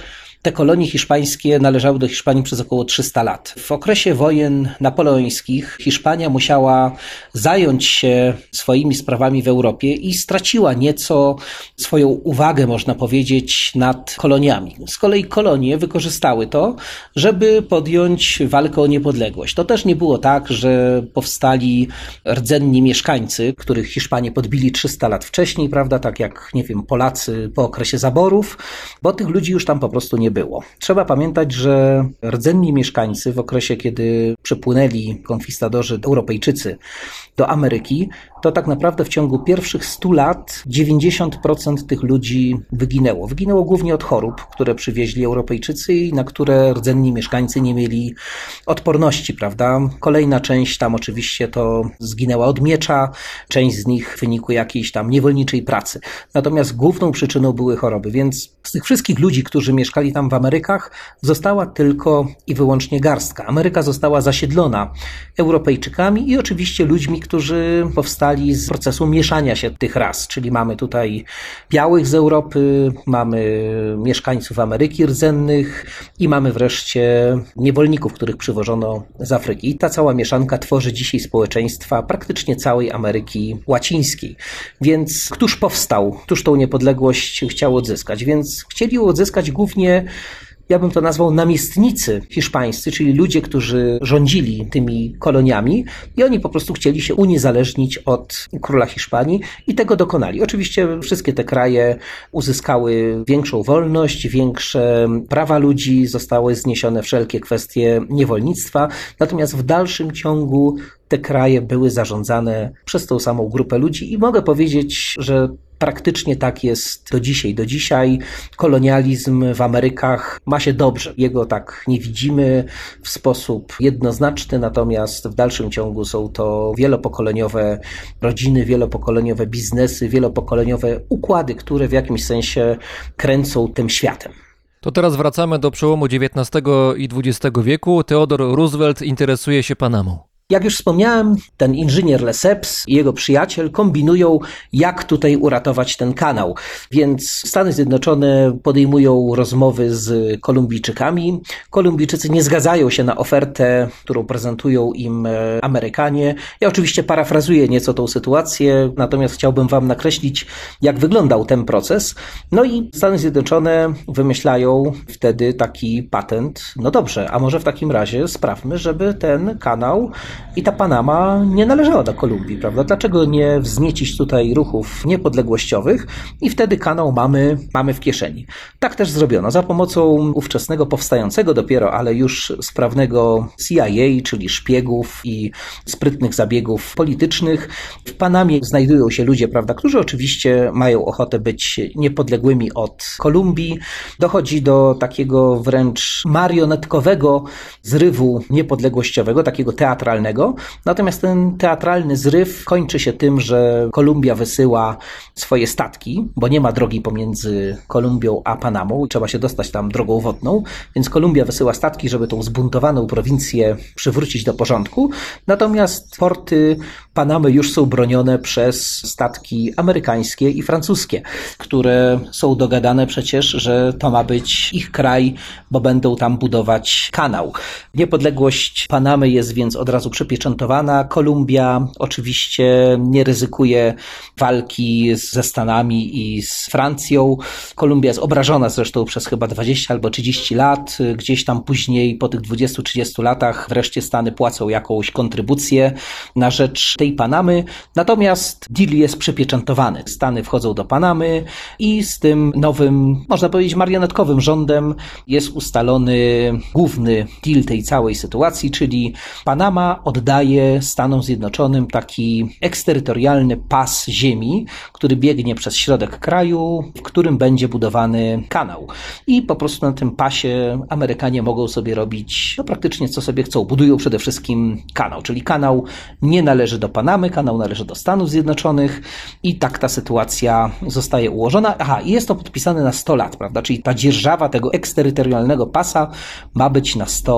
Te kolonie hiszpańskie należały do Hiszpanii przez około 300 lat. W okresie wojen napoleońskich Hiszpania musiała zająć się swoimi sprawami w Europie i straciła nieco swoją uwagę, można powiedzieć, nad koloniami. Z kolei kolonie wykorzystały to, żeby podjąć walkę o niepodległość. To też nie było tak, że powstali rdzenni mieszkańcy, których Hiszpanie podbili 300 lat wcześniej, prawda, tak jak, nie wiem, Polacy po okresie zaborów, bo tych ludzi już tam po prostu nie było. Trzeba pamiętać, że rdzenni mieszkańcy w okresie, kiedy przypłynęli konkwistadorzy Europejczycy do Ameryki, to tak naprawdę w ciągu pierwszych 100 lat 90% tych ludzi wyginęło. Wyginęło głównie od chorób, które przywieźli Europejczycy i na które rdzenni mieszkańcy nie mieli odporności, prawda? Kolejna część tam oczywiście to zginęła od miecza, część z nich w wyniku jakiejś tam niewolniczej pracy. Natomiast główną przyczyną były choroby, więc z tych wszystkich ludzi, którzy mieszkali tam w Amerykach, została tylko i wyłącznie garstka. Ameryka została zasiedlona Europejczykami i oczywiście ludźmi, którzy powstali z procesu mieszania się tych ras, czyli mamy tutaj białych z Europy, mamy mieszkańców Ameryki rdzennych i mamy wreszcie niewolników, których przywożono z Afryki. I ta cała mieszanka tworzy dzisiaj społeczeństwa praktycznie całej Ameryki Łacińskiej. Więc któż powstał, któż tą niepodległość chciał odzyskać? Więc chcieli ją odzyskać głównie, ja bym to nazwał, namiestnicy hiszpańscy, czyli ludzie, którzy rządzili tymi koloniami i oni po prostu chcieli się uniezależnić od króla Hiszpanii i tego dokonali. Oczywiście wszystkie te kraje uzyskały większą wolność, większe prawa ludzi, zostały zniesione wszelkie kwestie niewolnictwa, natomiast w dalszym ciągu te kraje były zarządzane przez tą samą grupę ludzi i mogę powiedzieć, że praktycznie tak jest do dzisiaj. Do dzisiaj kolonializm w Amerykach ma się dobrze. Jego tak nie widzimy w sposób jednoznaczny, natomiast w dalszym ciągu są to wielopokoleniowe rodziny, wielopokoleniowe biznesy, wielopokoleniowe układy, które w jakimś sensie kręcą tym światem.
To teraz wracamy do przełomu XIX i XX wieku. Theodore Roosevelt interesuje się Panamą.
Jak już wspomniałem, ten inżynier Lesseps i jego przyjaciel kombinują, jak tutaj uratować ten kanał. Więc Stany Zjednoczone podejmują rozmowy z Kolumbijczykami. Kolumbijczycy nie zgadzają się na ofertę, którą prezentują im Amerykanie. Ja oczywiście parafrazuję nieco tą sytuację, natomiast chciałbym wam nakreślić, jak wyglądał ten proces. No i Stany Zjednoczone wymyślają wtedy taki patent. No dobrze, a może w takim razie sprawmy, żeby ten kanał i ta Panama nie należała do Kolumbii, prawda? Dlaczego nie wzniecić tutaj ruchów niepodległościowych i wtedy kanał mamy w kieszeni. Tak też zrobiono za pomocą ówczesnego powstającego dopiero, ale już sprawnego CIA, czyli szpiegów i sprytnych zabiegów politycznych. W Panamie znajdują się ludzie, prawda, którzy oczywiście mają ochotę być niepodległymi od Kolumbii. Dochodzi do takiego wręcz marionetkowego zrywu niepodległościowego, takiego teatralnego. Natomiast ten teatralny zryw kończy się tym, że Kolumbia wysyła swoje statki, bo nie ma drogi pomiędzy Kolumbią a Panamą, trzeba się dostać tam drogą wodną, więc Kolumbia wysyła statki, żeby tą zbuntowaną prowincję przywrócić do porządku. Natomiast porty Panamy już są bronione przez statki amerykańskie i francuskie, które są dogadane przecież, że to ma być ich kraj, bo będą tam budować kanał. Niepodległość Panamy jest więc od razu przypieczętowana. Kolumbia oczywiście nie ryzykuje walki ze Stanami i z Francją. Kolumbia jest obrażona zresztą przez chyba 20 albo 30 lat. Gdzieś tam później po tych 20-30 latach wreszcie Stany płacą jakąś kontrybucję na rzecz tej Panamy. Natomiast deal jest przypieczętowany. Stany wchodzą do Panamy i z tym nowym, można powiedzieć, marionetkowym rządem jest ustalony główny deal tej całej sytuacji, czyli Panama oddaje Stanom Zjednoczonym taki eksterytorialny pas ziemi, który biegnie przez środek kraju, w którym będzie budowany kanał. I po prostu na tym pasie Amerykanie mogą sobie robić praktycznie co sobie chcą. Budują przede wszystkim kanał, czyli kanał nie należy do Panamy, kanał należy do Stanów Zjednoczonych i tak ta sytuacja zostaje ułożona. Aha, i jest to podpisane na 100 lat, prawda? Czyli ta dzierżawa tego eksterytorialnego pasa ma być na 100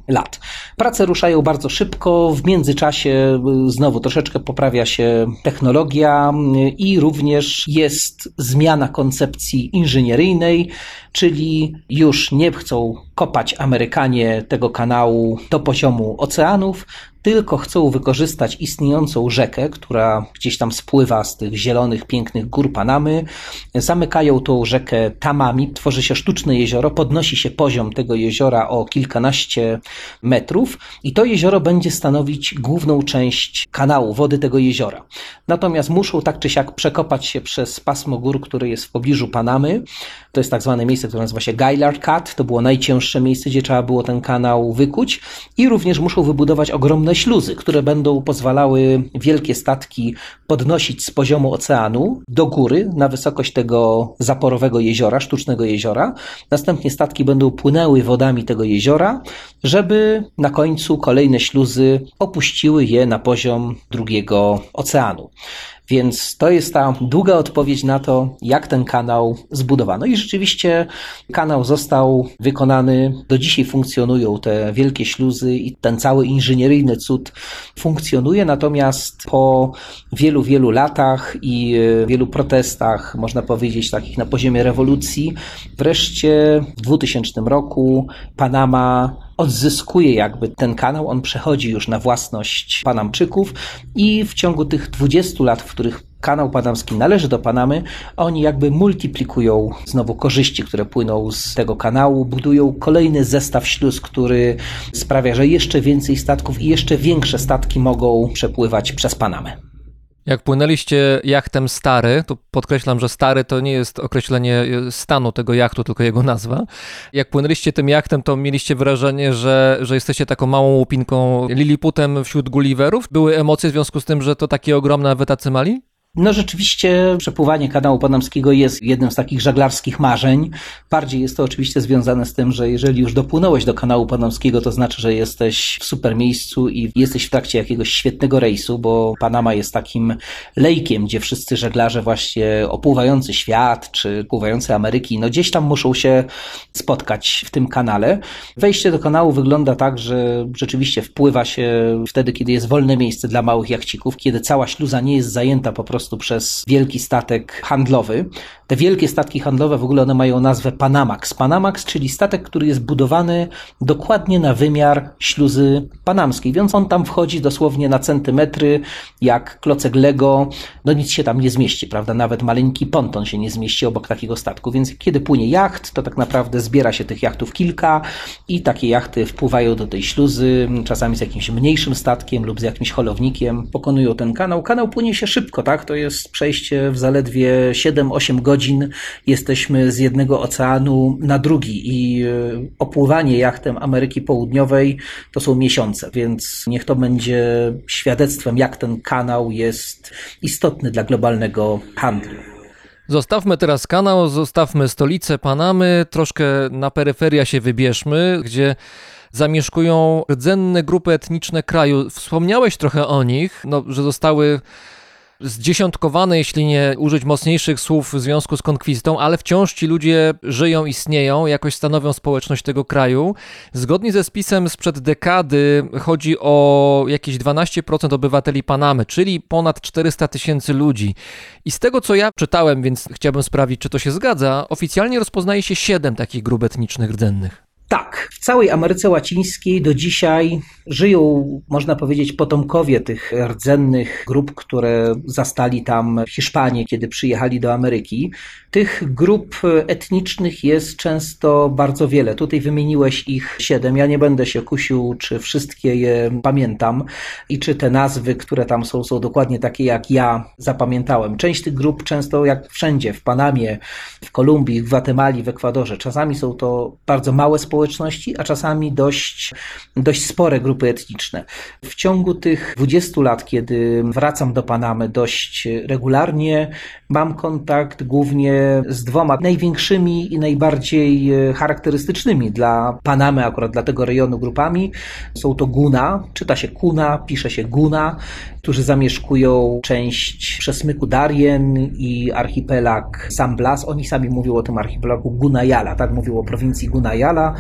lat. Prace ruszają bardzo szybko, w międzyczasie znowu troszeczkę poprawia się technologia i również jest zmiana koncepcji inżynieryjnej, czyli już nie chcą kopać Amerykanie tego kanału do poziomu oceanów, tylko chcą wykorzystać istniejącą rzekę, która gdzieś tam spływa z tych zielonych, pięknych gór Panamy. Zamykają tą rzekę tamami, tworzy się sztuczne jezioro, podnosi się poziom tego jeziora o kilkanaście metrów i to jezioro będzie stanowić główną część kanału, wody tego jeziora. Natomiast muszą tak czy siak przekopać się przez pasmo gór, które jest w pobliżu Panamy. To jest tak zwane miejsce, które nazywa się Gaillard Cut. To było najcięższe miejsce, gdzie trzeba było ten kanał wykuć i również muszą wybudować ogromne śluzy, które będą pozwalały wielkie statki podnosić z poziomu oceanu do góry na wysokość tego zaporowego jeziora, sztucznego jeziora. Następnie statki będą płynęły wodami tego jeziora, żeby na końcu kolejne śluzy opuściły je na poziom drugiego oceanu. Więc to jest ta długa odpowiedź na to, jak ten kanał zbudowano. I rzeczywiście kanał został wykonany. Do dzisiaj funkcjonują te wielkie śluzy i ten cały inżynieryjny cud funkcjonuje. Natomiast po wielu, wielu latach i wielu protestach, można powiedzieć takich na poziomie rewolucji, wreszcie w 2000 roku Panama odzyskuje jakby ten kanał, on przechodzi już na własność Panamczyków i w ciągu tych 20 lat, w których kanał panamski należy do Panamy, oni jakby multiplikują znowu korzyści, które płyną z tego kanału, budują kolejny zestaw śluz, który sprawia, że jeszcze więcej statków i jeszcze większe statki mogą przepływać przez Panamę.
Jak płynęliście jachtem Stary, to podkreślam, że Stary to nie jest określenie stanu tego jachtu, tylko jego nazwa. Jak płynęliście tym jachtem, to mieliście wrażenie, że jesteście taką małą łupinką Liliputem wśród Gulliverów? Były emocje w związku z tym, że to takie ogromne, a wy tacy mali?
No rzeczywiście przepływanie kanału panamskiego jest jednym z takich żeglarskich marzeń. Bardziej jest to oczywiście związane z tym, że jeżeli już dopłynąłeś do kanału panamskiego, to znaczy, że jesteś w super miejscu i jesteś w trakcie jakiegoś świetnego rejsu, bo Panama jest takim lejkiem, gdzie wszyscy żeglarze właśnie opływający świat czy pływający Ameryki, no gdzieś tam muszą się spotkać w tym kanale. Wejście do kanału wygląda tak, że rzeczywiście wpływa się wtedy, kiedy jest wolne miejsce dla małych jachcików, kiedy cała śluza nie jest zajęta po prostu przez wielki statek handlowy. Te wielkie statki handlowe w ogóle one mają nazwę Panamax. Panamax, czyli statek, który jest budowany dokładnie na wymiar śluzy panamskiej, więc on tam wchodzi dosłownie na centymetry, jak klocek Lego. No nic się tam nie zmieści, prawda? Nawet maleńki ponton się nie zmieści obok takiego statku, więc kiedy płynie jacht, to tak naprawdę zbiera się tych jachtów kilka i takie jachty wpływają do tej śluzy, czasami z jakimś mniejszym statkiem lub z jakimś holownikiem, pokonują ten kanał. Kanał płynie się szybko, tak? To jest przejście w zaledwie 7-8 godzin. Jesteśmy z jednego oceanu na drugi i opływanie jachtem Ameryki Południowej to są miesiące, więc niech to będzie świadectwem, jak ten kanał jest istotny dla globalnego handlu.
Zostawmy teraz kanał, zostawmy stolicę Panamy, troszkę na peryferia się wybierzmy, gdzie zamieszkują rdzenne grupy etniczne kraju. Wspomniałeś trochę o nich, że zostały zdziesiątkowane, jeśli nie użyć mocniejszych słów w związku z konkwistą, ale wciąż ci ludzie żyją, istnieją, jakoś stanowią społeczność tego kraju. Zgodnie ze spisem sprzed dekady chodzi o jakieś 12% obywateli Panamy, czyli ponad 400 000 ludzi. I z tego, co ja czytałem, więc chciałbym sprawdzić, czy to się zgadza, oficjalnie rozpoznaje się 7 takich grup etnicznych rdzennych.
Tak, w całej Ameryce Łacińskiej do dzisiaj żyją, można powiedzieć, potomkowie tych rdzennych grup, które zastali tam Hiszpanię, kiedy przyjechali do Ameryki. Tych grup etnicznych jest często bardzo wiele. Tutaj wymieniłeś ich 7. Ja nie będę się kusił, czy wszystkie je pamiętam i czy te nazwy, które tam są dokładnie takie, jak ja zapamiętałem. Część tych grup często, jak wszędzie, w Panamie, w Kolumbii, w Gwatemali, w Ekwadorze, czasami są to bardzo małe społeczności, a czasami dość spore grupy etniczne. W ciągu tych 20 lat, kiedy wracam do Panamy dość regularnie, mam kontakt głównie z 2 największymi i najbardziej charakterystycznymi dla Panamy, akurat dla tego rejonu grupami. Są to Guna, czyta się Kuna, pisze się Guna, którzy zamieszkują część przesmyku Darien i archipelag San Blas. Oni sami mówią o tym archipelagu Gunayala, tak? Mówią o prowincji Gunayala.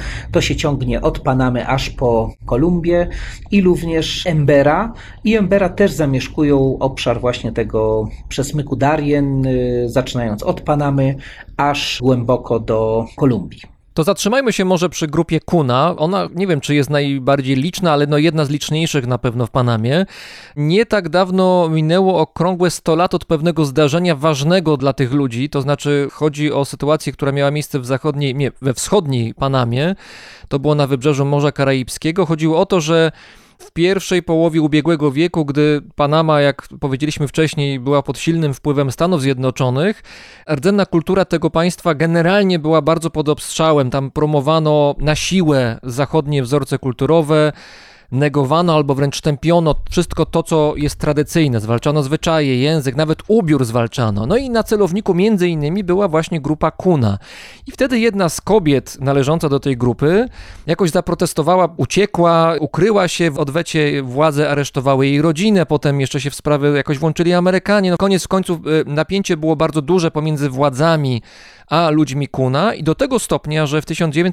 To się ciągnie od Panamy aż po Kolumbię i również Embera. I Embera też zamieszkują obszar właśnie tego przesmyku Darien, zaczynając od Panamy aż głęboko do Kolumbii.
To zatrzymajmy się może przy grupie Kuna. Ona, nie wiem, czy jest najbardziej liczna, ale jedna z liczniejszych na pewno w Panamie. Nie tak dawno minęło okrągłe 100 lat od pewnego zdarzenia ważnego dla tych ludzi, to znaczy chodzi o sytuację, która miała miejsce we wschodniej Panamie. To było na wybrzeżu Morza Karaibskiego. Chodziło o to, że w pierwszej połowie ubiegłego wieku, gdy Panama, jak powiedzieliśmy wcześniej, była pod silnym wpływem Stanów Zjednoczonych, rdzenna kultura tego państwa generalnie była bardzo pod obstrzałem. Tam promowano na siłę zachodnie wzorce kulturowe, negowano albo wręcz tępiono wszystko to, co jest tradycyjne. Zwalczano zwyczaje, język, nawet ubiór zwalczano. No i na celowniku między innymi była właśnie grupa Kuna. I wtedy jedna z kobiet należąca do tej grupy jakoś zaprotestowała, uciekła, ukryła się. W odwecie władze aresztowały jej rodzinę, potem jeszcze się w sprawę jakoś włączyli Amerykanie. No koniec końców napięcie było bardzo duże pomiędzy władzami a ludźmi Kuna i do tego stopnia, że w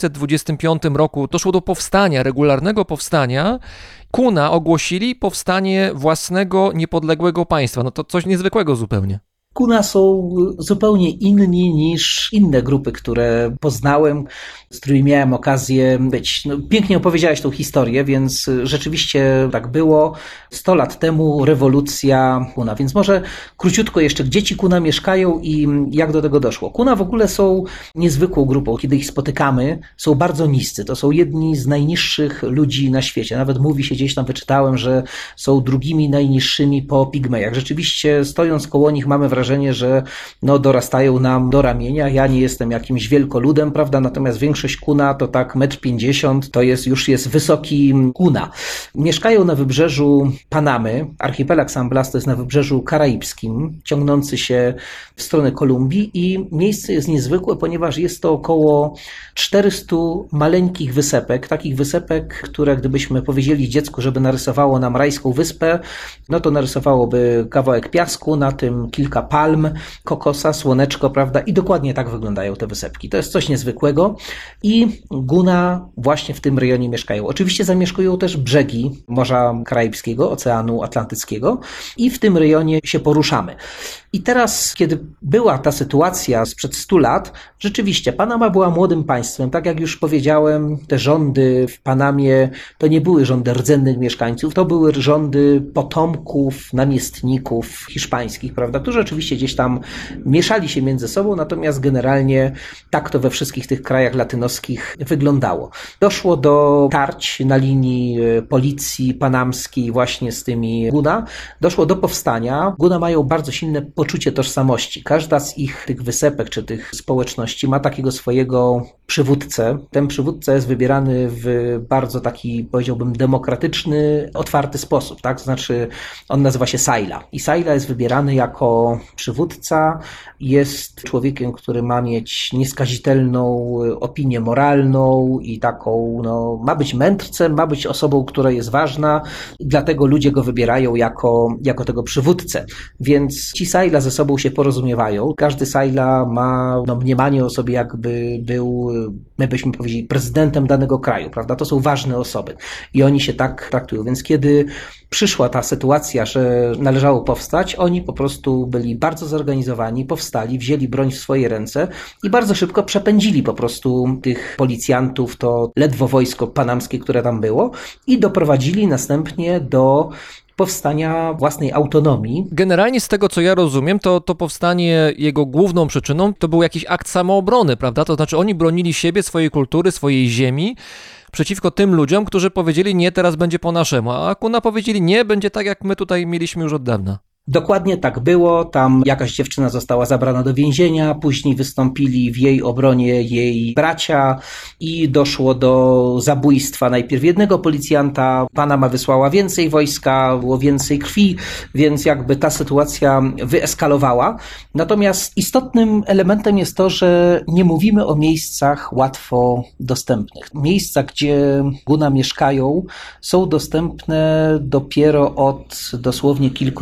1925 roku doszło do powstania, regularnego powstania. Kuna ogłosili powstanie własnego, niepodległego państwa. No to coś niezwykłego zupełnie.
Kuna są zupełnie inni niż inne grupy, które poznałem, z którymi miałem okazję być. No, pięknie opowiedziałeś tą historię, więc rzeczywiście tak było. 100 lat temu rewolucja Kuna. Więc może króciutko jeszcze, gdzie ci Kuna mieszkają i jak do tego doszło. Kuna w ogóle są niezwykłą grupą. Kiedy ich spotykamy, są bardzo niscy. To są jedni z najniższych ludzi na świecie. Nawet mówi się, gdzieś tam wyczytałem, że są drugimi najniższymi po pigmejach. Rzeczywiście stojąc koło nich mamy wrażenie, że dorastają nam do ramienia. Ja nie jestem jakimś wielkoludem, prawda? Natomiast większość Kuna to tak 1,50 m, to już jest wysoki Kuna. Mieszkają na wybrzeżu Panamy. Archipelag San Blas to jest na wybrzeżu karaibskim, ciągnący się w stronę Kolumbii i miejsce jest niezwykłe, ponieważ jest to około 400 maleńkich wysepek, takich wysepek, które gdybyśmy powiedzieli dziecku, żeby narysowało nam rajską wyspę, no to narysowałoby kawałek piasku, na tym kilka palm, kokosa, słoneczko, prawda? I dokładnie tak wyglądają te wysepki. To jest coś niezwykłego i Guna właśnie w tym rejonie mieszkają. Oczywiście zamieszkują też brzegi Morza Karaibskiego, Oceanu Atlantyckiego i w tym rejonie się poruszamy. I teraz, kiedy była ta sytuacja sprzed 100 lat, rzeczywiście Panama była młodym państwem. Tak jak już powiedziałem, te rządy w Panamie to nie były rządy rdzennych mieszkańców, to były rządy potomków, namiestników hiszpańskich, prawda, którzy oczywiście gdzieś tam mieszali się między sobą, natomiast generalnie tak to we wszystkich tych krajach latynoskich wyglądało. Doszło do tarć na linii policji panamskiej właśnie z tymi Guna. Doszło do powstania. Guna mają bardzo silne poczucie tożsamości. Każda z ich tych wysepek czy tych społeczności ma takiego swojego przywódcę. Ten przywódca jest wybierany w bardzo taki, powiedziałbym, demokratyczny, otwarty sposób, tak? To znaczy on nazywa się Saila. I Saila jest wybierany jako przywódca, jest człowiekiem, który ma mieć nieskazitelną opinię moralną i taką, ma być mędrcem, ma być osobą, która jest ważna, dlatego ludzie go wybierają jako tego przywódcę. Więc ci Saila ze sobą się porozumiewają. Każdy Saila ma mniemanie o sobie, jakby był, my byśmy powiedzieli, prezydentem danego kraju, prawda? To są ważne osoby i oni się tak traktują. Więc kiedy przyszła ta sytuacja, że należało powstać, oni po prostu byli bardzo zorganizowani, powstali, wzięli broń w swoje ręce i bardzo szybko przepędzili po prostu tych policjantów, to ledwo wojsko panamskie, które tam było i doprowadzili następnie do powstania własnej autonomii.
Generalnie z tego, co ja rozumiem, to powstanie, jego główną przyczyną to był jakiś akt samoobrony, prawda? To znaczy oni bronili siebie, swojej kultury, swojej ziemi przeciwko tym ludziom, którzy powiedzieli nie, teraz będzie po naszemu, a Kuna powiedzieli nie, będzie tak, jak my tutaj mieliśmy już od dawna.
Dokładnie tak było, tam jakaś dziewczyna została zabrana do więzienia, później wystąpili w jej obronie jej bracia i doszło do zabójstwa najpierw jednego policjanta, Panama wysłała więcej wojska, było więcej krwi, więc jakby ta sytuacja wyeskalowała. Natomiast istotnym elementem jest to, że nie mówimy o miejscach łatwo dostępnych. Miejsca, gdzie Guna mieszkają, są dostępne dopiero od dosłownie kilkunastu lat.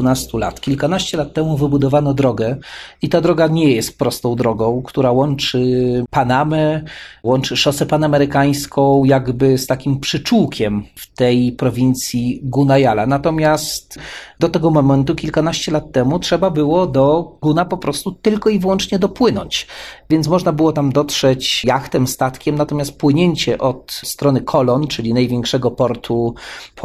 lat. Kilkanaście lat temu wybudowano drogę i ta droga nie jest prostą drogą, która łączy Panamę, łączy szosę panamerykańską jakby z takim przyczółkiem w tej prowincji Gunayala. Natomiast do tego momentu, kilkanaście lat temu, trzeba było do Guna po prostu tylko i wyłącznie dopłynąć. Więc można było tam dotrzeć jachtem, statkiem, natomiast płynięcie od strony Colon, czyli największego portu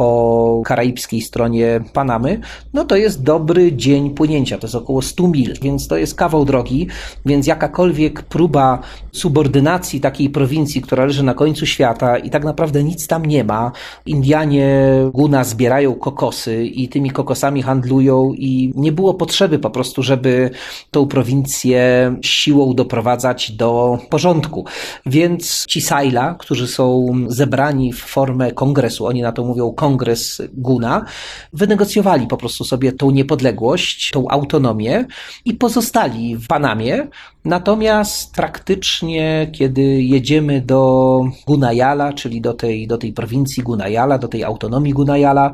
po karaibskiej stronie Panamy, no to jest dobry dzień płynięcia, to jest około 100 mil, więc to jest kawał drogi, więc jakakolwiek próba subordynacji takiej prowincji, która leży na końcu świata i tak naprawdę nic tam nie ma. Indianie Guna zbierają kokosy i tymi kokosami handlują i nie było potrzeby po prostu, żeby tą prowincję siłą doprowadzać do porządku. Więc ci Saila, którzy są zebrani w formę kongresu, oni na to mówią Kongres Guna, wynegocjowali po prostu sobie tą niepodległość, tą autonomię i pozostali w Panamie. Natomiast praktycznie, kiedy jedziemy do Gunayala, czyli do tej prowincji Gunayala, do tej autonomii Gunayala,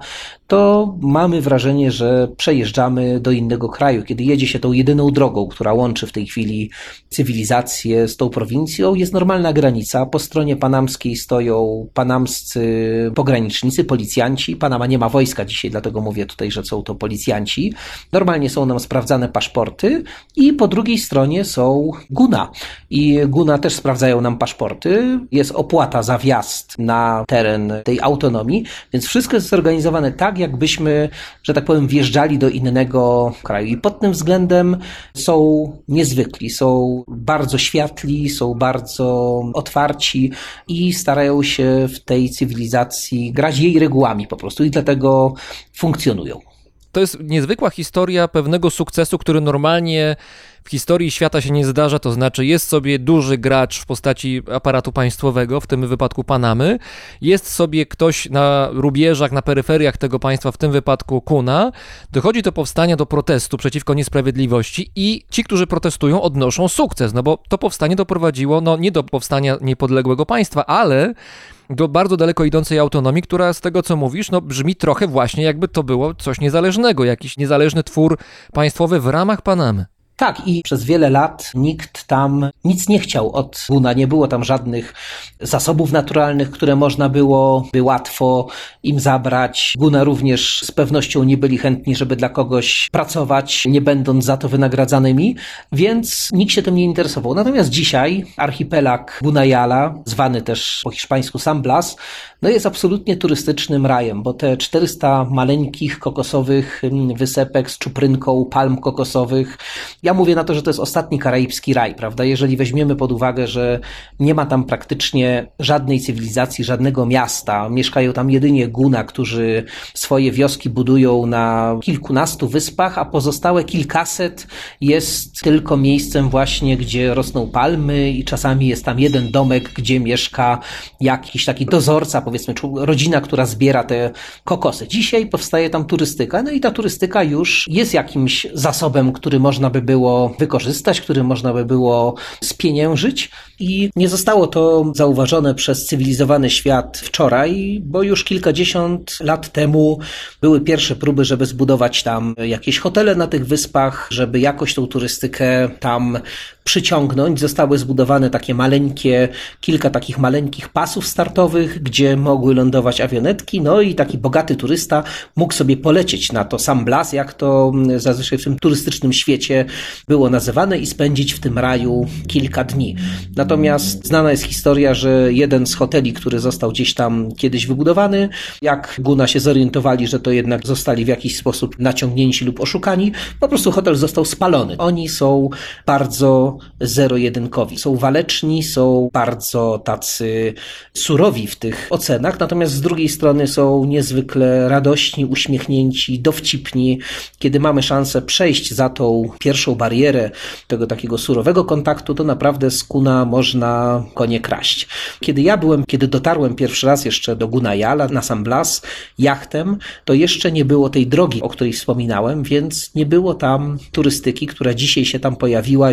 to mamy wrażenie, że przejeżdżamy do innego kraju. Kiedy jedzie się tą jedyną drogą, która łączy w tej chwili cywilizację z tą prowincją, jest normalna granica. Po stronie panamskiej stoją panamscy pogranicznicy, policjanci. Panama nie ma wojska dzisiaj, dlatego mówię tutaj, że są to policjanci. Normalnie są nam sprawdzane paszporty i po drugiej stronie są Guna. I Guna też sprawdzają nam paszporty. Jest opłata za wjazd na teren tej autonomii, więc wszystko jest zorganizowane tak, jakbyśmy, że tak powiem, wjeżdżali do innego kraju. I pod tym względem są niezwykli, są bardzo światli, są bardzo otwarci i starają się w tej cywilizacji grać jej regułami po prostu i dlatego funkcjonują.
To jest niezwykła historia pewnego sukcesu, który normalnie w historii świata się nie zdarza, to znaczy jest sobie duży gracz w postaci aparatu państwowego, w tym wypadku Panamy, jest sobie ktoś na rubieżach, na peryferiach tego państwa, w tym wypadku Kuna, dochodzi do powstania, do protestu przeciwko niesprawiedliwości i ci, którzy protestują, odnoszą sukces, no bo to powstanie doprowadziło, no nie do powstania niepodległego państwa, ale do bardzo daleko idącej autonomii, która z tego, co mówisz, no brzmi trochę właśnie jakby to było coś niezależnego, jakiś niezależny twór państwowy w ramach Panamy.
Tak, i przez wiele lat nikt tam nic nie chciał od Guna. Nie było tam żadnych zasobów naturalnych, które można byłoby łatwo im zabrać. Guna również z pewnością nie byli chętni, żeby dla kogoś pracować, nie będąc za to wynagradzanymi, więc nikt się tym nie interesował. Natomiast dzisiaj archipelag Gunayala, zwany też po hiszpańsku San Blas, no jest absolutnie turystycznym rajem, bo te 400 maleńkich kokosowych wysepek z czuprynką palm kokosowych, ja mówię na to, że to jest ostatni karaibski raj, prawda? Jeżeli weźmiemy pod uwagę, że nie ma tam praktycznie żadnej cywilizacji, żadnego miasta, mieszkają tam jedynie Guna, którzy swoje wioski budują na kilkunastu wyspach, a pozostałe kilkaset jest tylko miejscem właśnie, gdzie rosną palmy i czasami jest tam jeden domek, gdzie mieszka jakiś taki dozorca, powiedzmy, rodzina, która zbiera te kokosy. Dzisiaj powstaje tam turystyka, no i ta turystyka już jest jakimś zasobem, który można by było wykorzystać, który można by było spieniężyć i nie zostało to zauważone przez cywilizowany świat wczoraj, bo już kilkadziesiąt lat temu były pierwsze próby, żeby zbudować tam jakieś hotele na tych wyspach, żeby jakoś tą turystykę tam przyciągnąć. Zostały zbudowane takie maleńkie, kilka takich maleńkich pasów startowych, gdzie mogły lądować awionetki, no i taki bogaty turysta mógł sobie polecieć na to San Blas, jak to zazwyczaj w tym turystycznym świecie było nazywane i spędzić w tym raju kilka dni. Natomiast znana jest historia, że jeden z hoteli, który został gdzieś tam kiedyś wybudowany, jak Guna się zorientowali, że to jednak zostali w jakiś sposób naciągnięci lub oszukani, po prostu hotel został spalony. Oni są bardzo zero-jedynkowi. Są waleczni, są bardzo tacy surowi w tych ocenach, natomiast z drugiej strony są niezwykle radośni, uśmiechnięci, dowcipni. Kiedy mamy szansę przejść za tą pierwszą barierę tego takiego surowego kontaktu, to naprawdę z Guna można konie kraść. Kiedy dotarłem pierwszy raz jeszcze do Gunayala na San Blas jachtem, to jeszcze nie było tej drogi, o której wspominałem, więc nie było tam turystyki, która dzisiaj się tam pojawiła już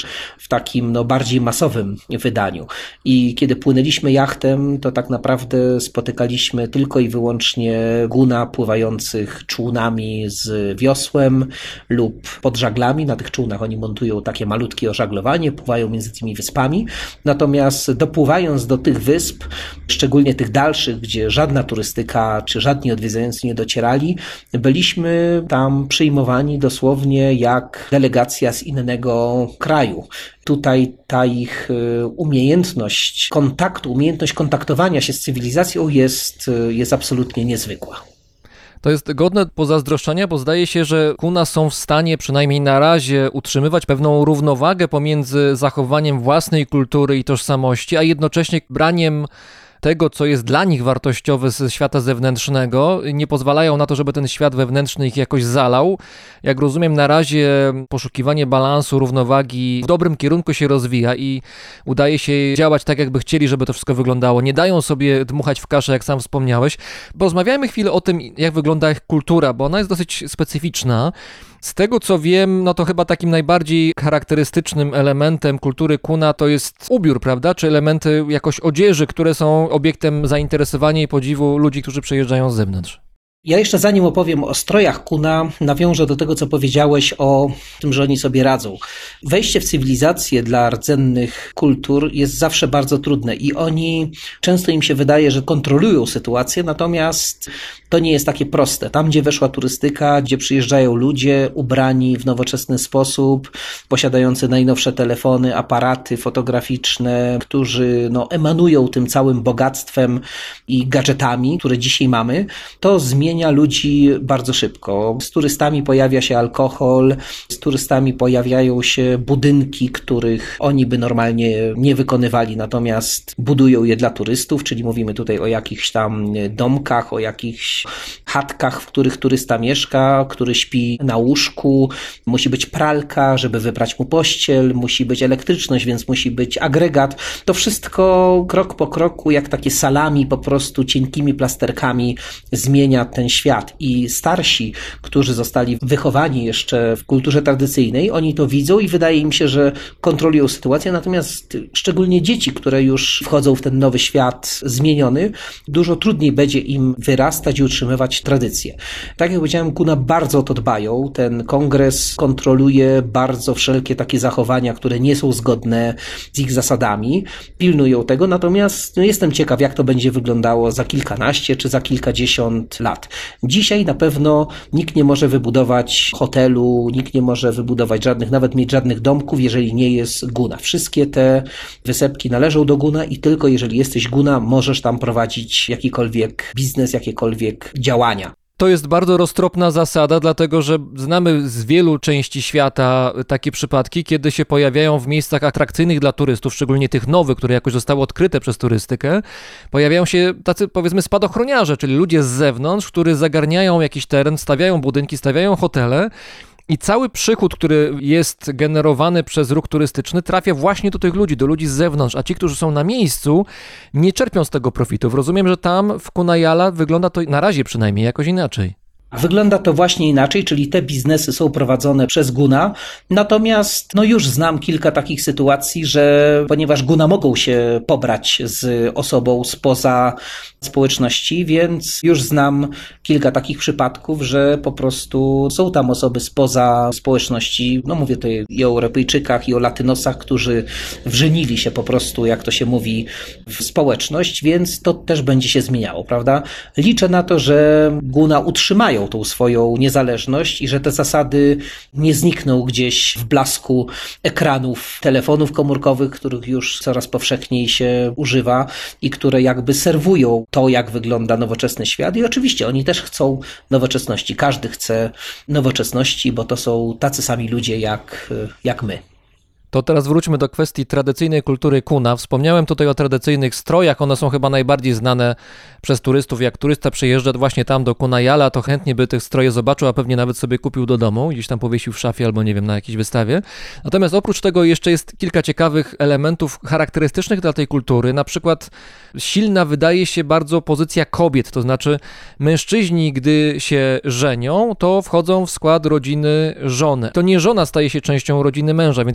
w takim bardziej masowym wydaniu. I kiedy płynęliśmy jachtem, to tak naprawdę spotykaliśmy tylko i wyłącznie guna pływających czółnami z wiosłem lub pod żaglami. Na tych czółnach oni montują takie malutkie ożaglowanie, pływają między tymi wyspami. Natomiast dopływając do tych wysp, szczególnie tych dalszych, gdzie żadna turystyka czy żadni odwiedzający nie docierali, byliśmy tam przyjmowani dosłownie jak delegacja z innego kraju. Tutaj ta ich umiejętność kontaktu, umiejętność kontaktowania się z cywilizacją jest absolutnie niezwykła.
To jest godne pozazdroszczenia, bo zdaje się, że kuna są w stanie przynajmniej na razie utrzymywać pewną równowagę pomiędzy zachowaniem własnej kultury i tożsamości, a jednocześnie braniem tego, co jest dla nich wartościowe ze świata zewnętrznego, nie pozwalają na to, żeby ten świat wewnętrzny ich jakoś zalał. Jak rozumiem, na razie poszukiwanie balansu, równowagi w dobrym kierunku się rozwija i udaje się działać tak, jakby chcieli, żeby to wszystko wyglądało. Nie dają sobie dmuchać w kaszę, jak sam wspomniałeś. Porozmawiajmy chwilę o tym, jak wygląda ich kultura, bo ona jest dosyć specyficzna. Z tego, co wiem, to chyba takim najbardziej charakterystycznym elementem kultury kuna to jest ubiór, prawda? Czy elementy jakoś odzieży, które są obiektem zainteresowania i podziwu ludzi, którzy przyjeżdżają z zewnątrz.
Ja jeszcze zanim opowiem o strojach kuna, nawiążę do tego, co powiedziałeś o tym, że oni sobie radzą. Wejście w cywilizację dla rdzennych kultur jest zawsze bardzo trudne i oni, często im się wydaje, że kontrolują sytuację, natomiast to nie jest takie proste. Tam, gdzie weszła turystyka, gdzie przyjeżdżają ludzie ubrani w nowoczesny sposób, posiadający najnowsze telefony, aparaty fotograficzne, którzy emanują tym całym bogactwem i gadżetami, które dzisiaj mamy, to zmienia ludzi bardzo szybko. Z turystami pojawia się alkohol, z turystami pojawiają się budynki, których oni by normalnie nie wykonywali, natomiast budują je dla turystów, czyli mówimy tutaj o jakichś tam domkach, o jakichś chatkach, w których turysta mieszka, który śpi na łóżku. Musi być pralka, żeby wyprać mu pościel, musi być elektryczność, więc musi być agregat. To wszystko krok po kroku, jak takie salami, po prostu cienkimi plasterkami zmienia ten świat. I starsi, którzy zostali wychowani jeszcze w kulturze tradycyjnej, oni to widzą i wydaje im się, że kontrolują sytuację, natomiast szczególnie dzieci, które już wchodzą w ten nowy świat zmieniony, dużo trudniej będzie im wyrastać i utrzymywać tradycję. Tak jak powiedziałem, kuna bardzo o to dbają. Ten kongres kontroluje bardzo wszelkie takie zachowania, które nie są zgodne z ich zasadami. Pilnują tego, natomiast jestem ciekaw, jak to będzie wyglądało za kilkanaście czy za kilkadziesiąt lat. Dzisiaj na pewno nikt nie może wybudować hotelu, nikt nie może wybudować nawet mieć żadnych domków, jeżeli nie jest guna. Wszystkie te wysepki należą do guna i tylko jeżeli jesteś guna, możesz tam prowadzić jakikolwiek biznes, jakiekolwiek działania.
To jest bardzo roztropna zasada, dlatego że znamy z wielu części świata takie przypadki, kiedy się pojawiają w miejscach atrakcyjnych dla turystów, szczególnie tych nowych, które jakoś zostały odkryte przez turystykę, pojawiają się tacy, powiedzmy, spadochroniarze, czyli ludzie z zewnątrz, którzy zagarniają jakiś teren, stawiają budynki, stawiają hotele. I cały przychód, który jest generowany przez ruch turystyczny, trafia właśnie do tych ludzi, do ludzi z zewnątrz, a ci, którzy są na miejscu, nie czerpią z tego profitów. Rozumiem, że tam w Kunajala wygląda to na razie przynajmniej jakoś inaczej.
Wygląda to właśnie inaczej, czyli te biznesy są prowadzone przez guna, natomiast już znam kilka takich sytuacji, że ponieważ guna mogą się pobrać z osobą spoza społeczności, więc już znam kilka takich przypadków, że po prostu są tam osoby spoza społeczności, mówię tutaj i o Europejczykach, i o Latynosach, którzy wżenili się po prostu, jak to się mówi, w społeczność, więc to też będzie się zmieniało, prawda? Liczę na to, że guna utrzymają tą swoją niezależność i że te zasady nie znikną gdzieś w blasku ekranów telefonów komórkowych, których już coraz powszechniej się używa i które jakby serwują to, jak wygląda nowoczesny świat. I oczywiście oni też chcą nowoczesności. Każdy chce nowoczesności, bo to są tacy sami ludzie jak my.
To teraz wróćmy do kwestii tradycyjnej kultury kuna. Wspomniałem tutaj o tradycyjnych strojach, one są chyba najbardziej znane przez turystów. Jak turysta przyjeżdża właśnie tam do Kunajala, to chętnie by te stroje zobaczył, a pewnie nawet sobie kupił do domu, gdzieś tam powiesił w szafie albo nie wiem, na jakiejś wystawie. Natomiast oprócz tego jeszcze jest kilka ciekawych elementów charakterystycznych dla tej kultury. Na przykład silna wydaje się bardzo pozycja kobiet, to znaczy mężczyźni, gdy się żenią, to wchodzą w skład rodziny żony. To nie żona staje się częścią rodziny męża, więc jest troszkę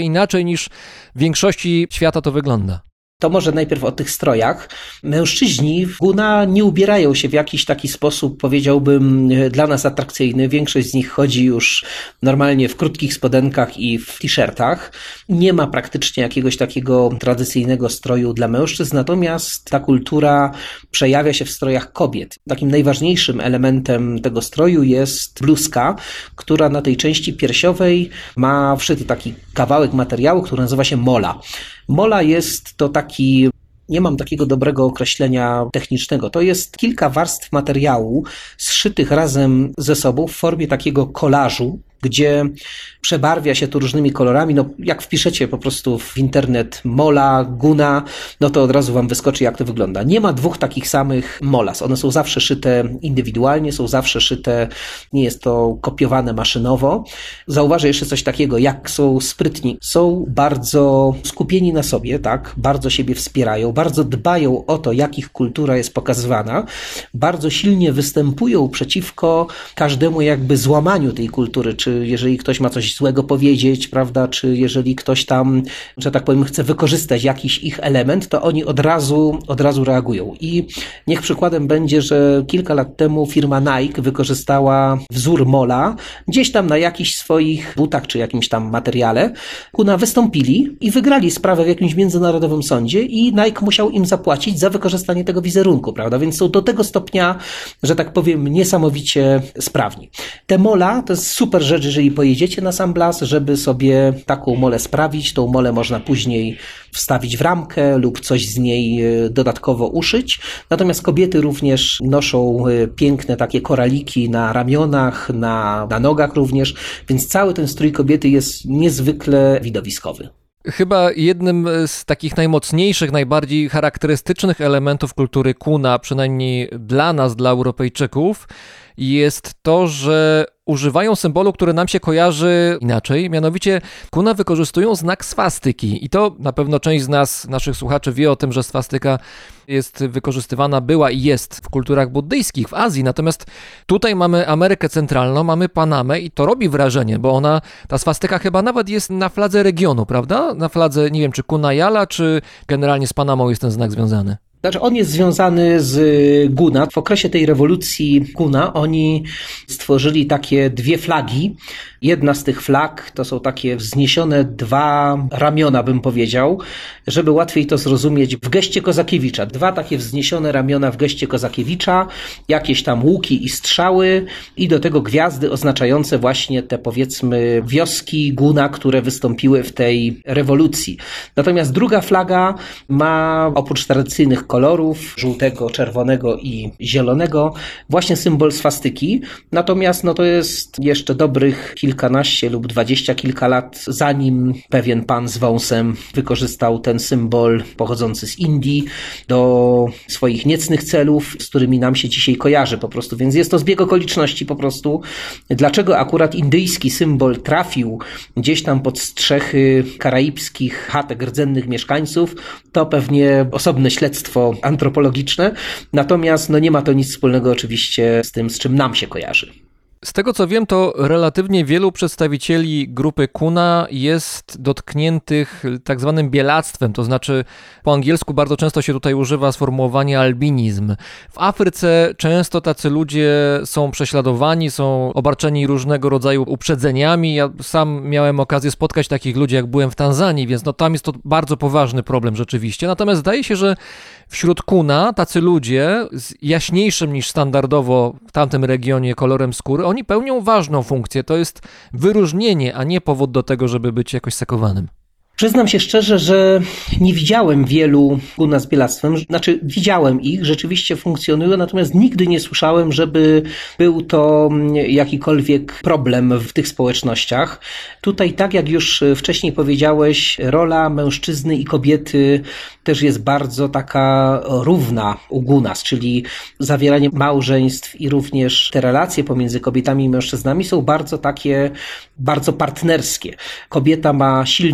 inaczej niż w większości świata to wygląda.
To może najpierw o tych strojach. Mężczyźni w guna nie ubierają się w jakiś taki sposób, powiedziałbym, dla nas atrakcyjny. Większość z nich chodzi już normalnie w krótkich spodenkach i w t-shirtach. Nie ma praktycznie jakiegoś takiego tradycyjnego stroju dla mężczyzn, natomiast ta kultura przejawia się w strojach kobiet. Takim najważniejszym elementem tego stroju jest bluzka, która na tej części piersiowej ma wszyty taki kawałek materiału, który nazywa się mola. Mola jest to taki, nie mam takiego dobrego określenia technicznego, to jest kilka warstw materiału zszytych razem ze sobą w formie takiego kolażu, gdzie przebarwia się to różnymi kolorami. No, jak wpiszecie po prostu w internet mola, guna, no to od razu wam wyskoczy, jak to wygląda. Nie ma dwóch takich samych molas. One są zawsze szyte indywidualnie, są zawsze szyte, nie jest to kopiowane maszynowo. Zauważę jeszcze coś takiego, jak są sprytni. Są bardzo skupieni na sobie, tak? Bardzo siebie wspierają, bardzo dbają o to, jak ich kultura jest pokazywana. Bardzo silnie występują przeciwko każdemu jakby złamaniu tej kultury, czy jeżeli ktoś ma coś złego powiedzieć, prawda, czy jeżeli ktoś tam, że tak powiem, chce wykorzystać jakiś ich element, to oni od razu reagują. I niech przykładem będzie, że kilka lat temu firma Nike wykorzystała wzór mola gdzieś tam na jakichś swoich butach, czy jakimś tam materiale. Kuna wystąpili i wygrali sprawę w jakimś międzynarodowym sądzie i Nike musiał im zapłacić za wykorzystanie tego wizerunku, prawda, więc są do tego stopnia, że tak powiem, niesamowicie sprawni. Te mola to jest super rzecz, jeżeli pojedziecie na San Blas, żeby sobie taką molę sprawić. Tą molę można później wstawić w ramkę lub coś z niej dodatkowo uszyć. Natomiast kobiety również noszą piękne takie koraliki na ramionach, na nogach również, więc cały ten strój kobiety jest niezwykle widowiskowy.
Chyba jednym z takich najmocniejszych, najbardziej charakterystycznych elementów kultury kuna, przynajmniej dla nas, dla Europejczyków, jest to, że używają symbolu, który nam się kojarzy inaczej, mianowicie kuna wykorzystują znak swastyki i to na pewno część z nas, naszych słuchaczy wie o tym, że swastyka jest wykorzystywana, była i jest w kulturach buddyjskich w Azji, natomiast tutaj mamy Amerykę Centralną, mamy Panamę i to robi wrażenie, bo ta swastyka chyba nawet jest na fladze regionu, prawda? Na fladze, nie wiem, czy Kunajala, czy generalnie z Panamą jest ten znak związany.
Znaczy on jest związany z guna. W okresie tej rewolucji guna oni stworzyli takie dwie flagi. Jedna z tych flag to są takie wzniesione dwa ramiona, bym powiedział, żeby łatwiej to zrozumieć, w geście Kozakiewicza. Dwa takie wzniesione ramiona w geście Kozakiewicza, jakieś tam łuki i strzały i do tego gwiazdy oznaczające właśnie te, powiedzmy, wioski guna, które wystąpiły w tej rewolucji. Natomiast druga flaga ma oprócz tradycyjnych kolorów, żółtego, czerwonego i zielonego, właśnie symbol swastyki. Natomiast to jest jeszcze dobrych kilkanaście lub 20 kilka lat, zanim pewien pan z wąsem wykorzystał ten symbol pochodzący z Indii do swoich niecnych celów, z którymi nam się dzisiaj kojarzy po prostu. Więc jest to zbieg okoliczności po prostu. Dlaczego akurat indyjski symbol trafił gdzieś tam pod strzechy karaibskich chatek rdzennych mieszkańców, to pewnie osobne śledztwo antropologiczne. Natomiast nie ma to nic wspólnego oczywiście z tym, z czym nam się kojarzy.
Z tego co wiem, to relatywnie wielu przedstawicieli grupy kuna jest dotkniętych tak zwanym bielactwem, to znaczy po angielsku bardzo często się tutaj używa sformułowania albinizm. W Afryce często tacy ludzie są prześladowani, są obarczeni różnego rodzaju uprzedzeniami. Ja sam miałem okazję spotkać takich ludzi, jak byłem w Tanzanii, więc tam jest to bardzo poważny problem rzeczywiście. Natomiast zdaje się, że wśród kuna tacy ludzie z jaśniejszym niż standardowo w tamtym regionie kolorem skóry, oni pełnią ważną funkcję. To jest wyróżnienie, a nie powód do tego, żeby być jakoś sekowanym.
Przyznam się szczerze, że nie widziałem wielu guna z bielactwem, znaczy widziałem ich, rzeczywiście funkcjonują, natomiast nigdy nie słyszałem, żeby był to jakikolwiek problem w tych społecznościach. Tutaj, tak jak już wcześniej powiedziałeś, rola mężczyzny i kobiety też jest bardzo taka równa u gunas, czyli zawieranie małżeństw i również te relacje pomiędzy kobietami i mężczyznami są bardzo takie, bardzo partnerskie. Kobieta ma silną rolę,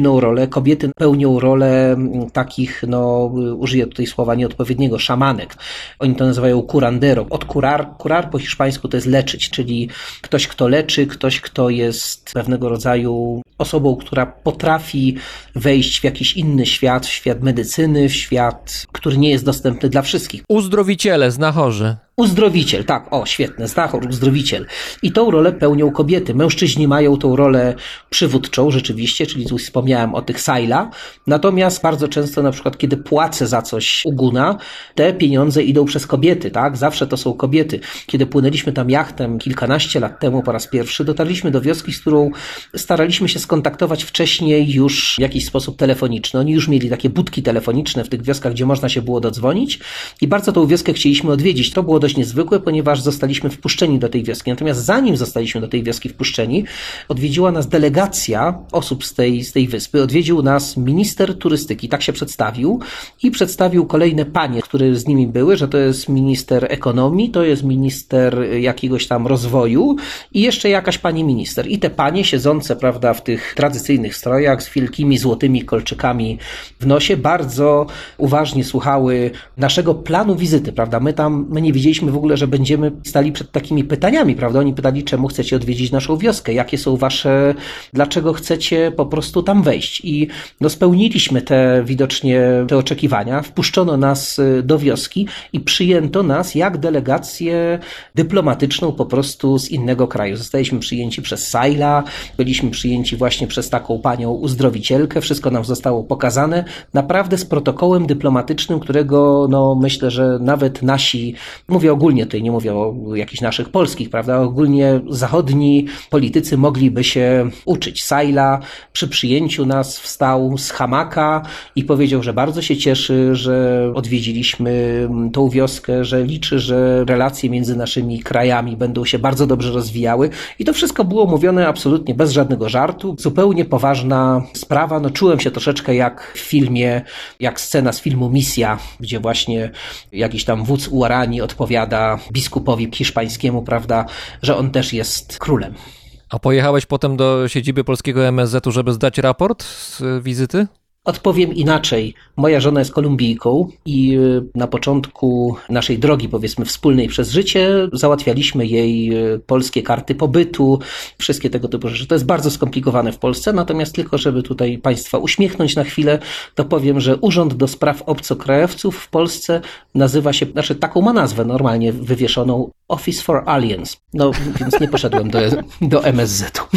kobiety pełnią rolę takich, użyję tutaj słowa nieodpowiedniego, szamanek. Oni to nazywają curandero. Od curar po hiszpańsku to jest leczyć, czyli ktoś, kto leczy, ktoś, kto jest pewnego rodzaju osobą, która potrafi wejść w jakiś inny świat, w świat medycyny, w świat, który nie jest dostępny dla wszystkich.
Uzdrowiciele, znachorzy.
Uzdrowiciel, tak, świetne, znachor, uzdrowiciel. I tą rolę pełnią kobiety. Mężczyźni mają tą rolę przywódczą rzeczywiście, czyli tu wspomniałem o tych sajla. Natomiast bardzo często na przykład, kiedy płacę za coś u guna, te pieniądze idą przez kobiety, tak? Zawsze to są kobiety. Kiedy płynęliśmy tam jachtem kilkanaście lat temu po raz pierwszy, dotarliśmy do wioski, z którą staraliśmy się skontaktować wcześniej już w jakiś sposób telefoniczny. Oni już mieli takie budki telefoniczne w tych wioskach, gdzie można się było dodzwonić i bardzo tą wioskę chcieliśmy odwiedzić. To było dość niezwykłe, ponieważ zostaliśmy wpuszczeni do tej wioski. Natomiast zanim zostaliśmy do tej wioski wpuszczeni, odwiedziła nas delegacja osób z tej wyspy. Odwiedził nas minister turystyki, tak się przedstawił i przedstawił kolejne panie, które z nimi były, że to jest minister ekonomii, to jest minister jakiegoś tam rozwoju i jeszcze jakaś pani minister. I te panie siedzące, prawda, w tych tradycyjnych strojach z wielkimi złotymi kolczykami w nosie, bardzo uważnie słuchały naszego planu wizyty, prawda. My nie wiedzieliśmy w ogóle, że będziemy stali przed takimi pytaniami, prawda? Oni pytali, czemu chcecie odwiedzić naszą wioskę, jakie są wasze, dlaczego chcecie po prostu tam wejść. I spełniliśmy widocznie te oczekiwania, wpuszczono nas do wioski i przyjęto nas jak delegację dyplomatyczną po prostu z innego kraju. Zostaliśmy przyjęci przez sajla, byliśmy przyjęci właśnie przez taką panią uzdrowicielkę, wszystko nam zostało pokazane, naprawdę z protokołem dyplomatycznym, którego myślę, że nawet nasi, mówię ogólnie tutaj, nie mówię o jakichś naszych polskich, prawda, ogólnie zachodni politycy mogliby się uczyć. Sajla przy przyjęciu nas wstał z hamaka i powiedział, że bardzo się cieszy, że odwiedziliśmy tą wioskę, że liczy, że relacje między naszymi krajami będą się bardzo dobrze rozwijały i to wszystko było mówione absolutnie bez żadnego żartu, zupełnie poważna sprawa. Czułem się troszeczkę jak w filmie, jak scena z filmu Misja, gdzie właśnie jakiś tam wódz Uarani odpowiada biskupowi hiszpańskiemu, prawda, że on też jest królem.
A pojechałeś potem do siedziby polskiego MSZ-u, żeby zdać raport z wizyty?
Odpowiem inaczej. Moja żona jest Kolumbijką i na początku naszej drogi, powiedzmy, wspólnej przez życie załatwialiśmy jej polskie karty pobytu, wszystkie tego typu rzeczy. To jest bardzo skomplikowane w Polsce, natomiast tylko, żeby tutaj Państwa uśmiechnąć na chwilę, to powiem, że Urząd do Spraw Obcokrajowców w Polsce nazywa się, taką ma nazwę normalnie wywieszoną, Office for Aliens. Więc nie poszedłem do MSZ-u.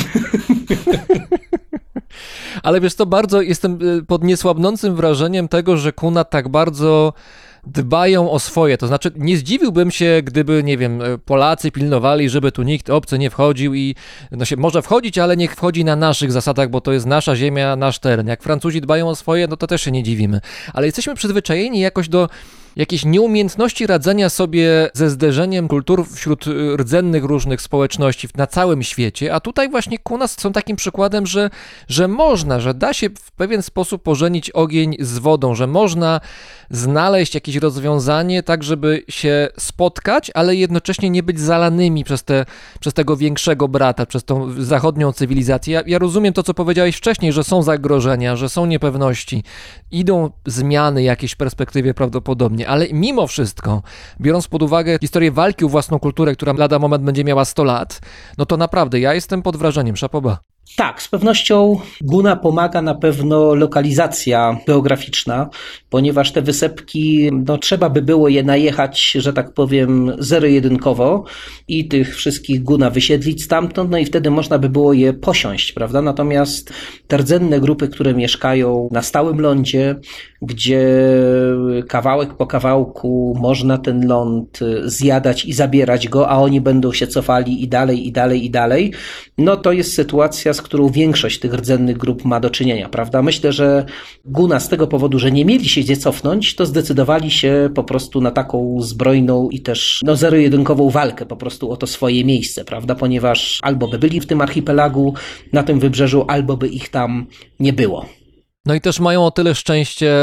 Ale wiesz co, bardzo jestem pod niesłabnącym wrażeniem tego, że Kuna tak bardzo dbają o swoje. To znaczy, nie zdziwiłbym się, gdyby, nie wiem, Polacy pilnowali, żeby tu nikt obcy nie wchodził i może wchodzić, ale niech wchodzi na naszych zasadach, bo to jest nasza ziemia, nasz teren. Jak Francuzi dbają o swoje, to też się nie dziwimy. Ale jesteśmy przyzwyczajeni jakoś do jakiejś nieumiejętności radzenia sobie ze zderzeniem kultur wśród rdzennych różnych społeczności na całym świecie, a tutaj właśnie Kuna są takim przykładem, że można, że da się w pewien sposób pożenić ogień z wodą, że można znaleźć jakieś rozwiązanie tak, żeby się spotkać, ale jednocześnie nie być zalanymi przez tego większego brata, przez tą zachodnią cywilizację. Ja rozumiem to, co powiedziałeś wcześniej, że są zagrożenia, że są niepewności, idą zmiany jakieś w perspektywie prawdopodobnie, ale mimo wszystko, biorąc pod uwagę historię walki o własną kulturę, która lada moment będzie miała 100 lat, to naprawdę ja jestem pod wrażeniem, szapoba.
Tak, z pewnością Guna pomaga na pewno lokalizacja geograficzna, ponieważ te wysepki, trzeba by było je najechać, że tak powiem, zero-jedynkowo i tych wszystkich Guna wysiedlić stamtąd, i wtedy można by było je posiąść, prawda? Natomiast te rdzenne grupy, które mieszkają na stałym lądzie, gdzie kawałek po kawałku można ten ląd zjadać i zabierać go, a oni będą się cofali i dalej, i dalej, i dalej, to jest sytuacja, z którą większość tych rdzennych grup ma do czynienia, prawda? Myślę, że Guna z tego powodu, że nie mieli się gdzie cofnąć, to zdecydowali się po prostu na taką zbrojną i też zero-jedynkową walkę po prostu o to swoje miejsce, prawda? Ponieważ albo by byli w tym archipelagu, na tym wybrzeżu, albo by ich tam nie było.
No i też mają o tyle szczęście,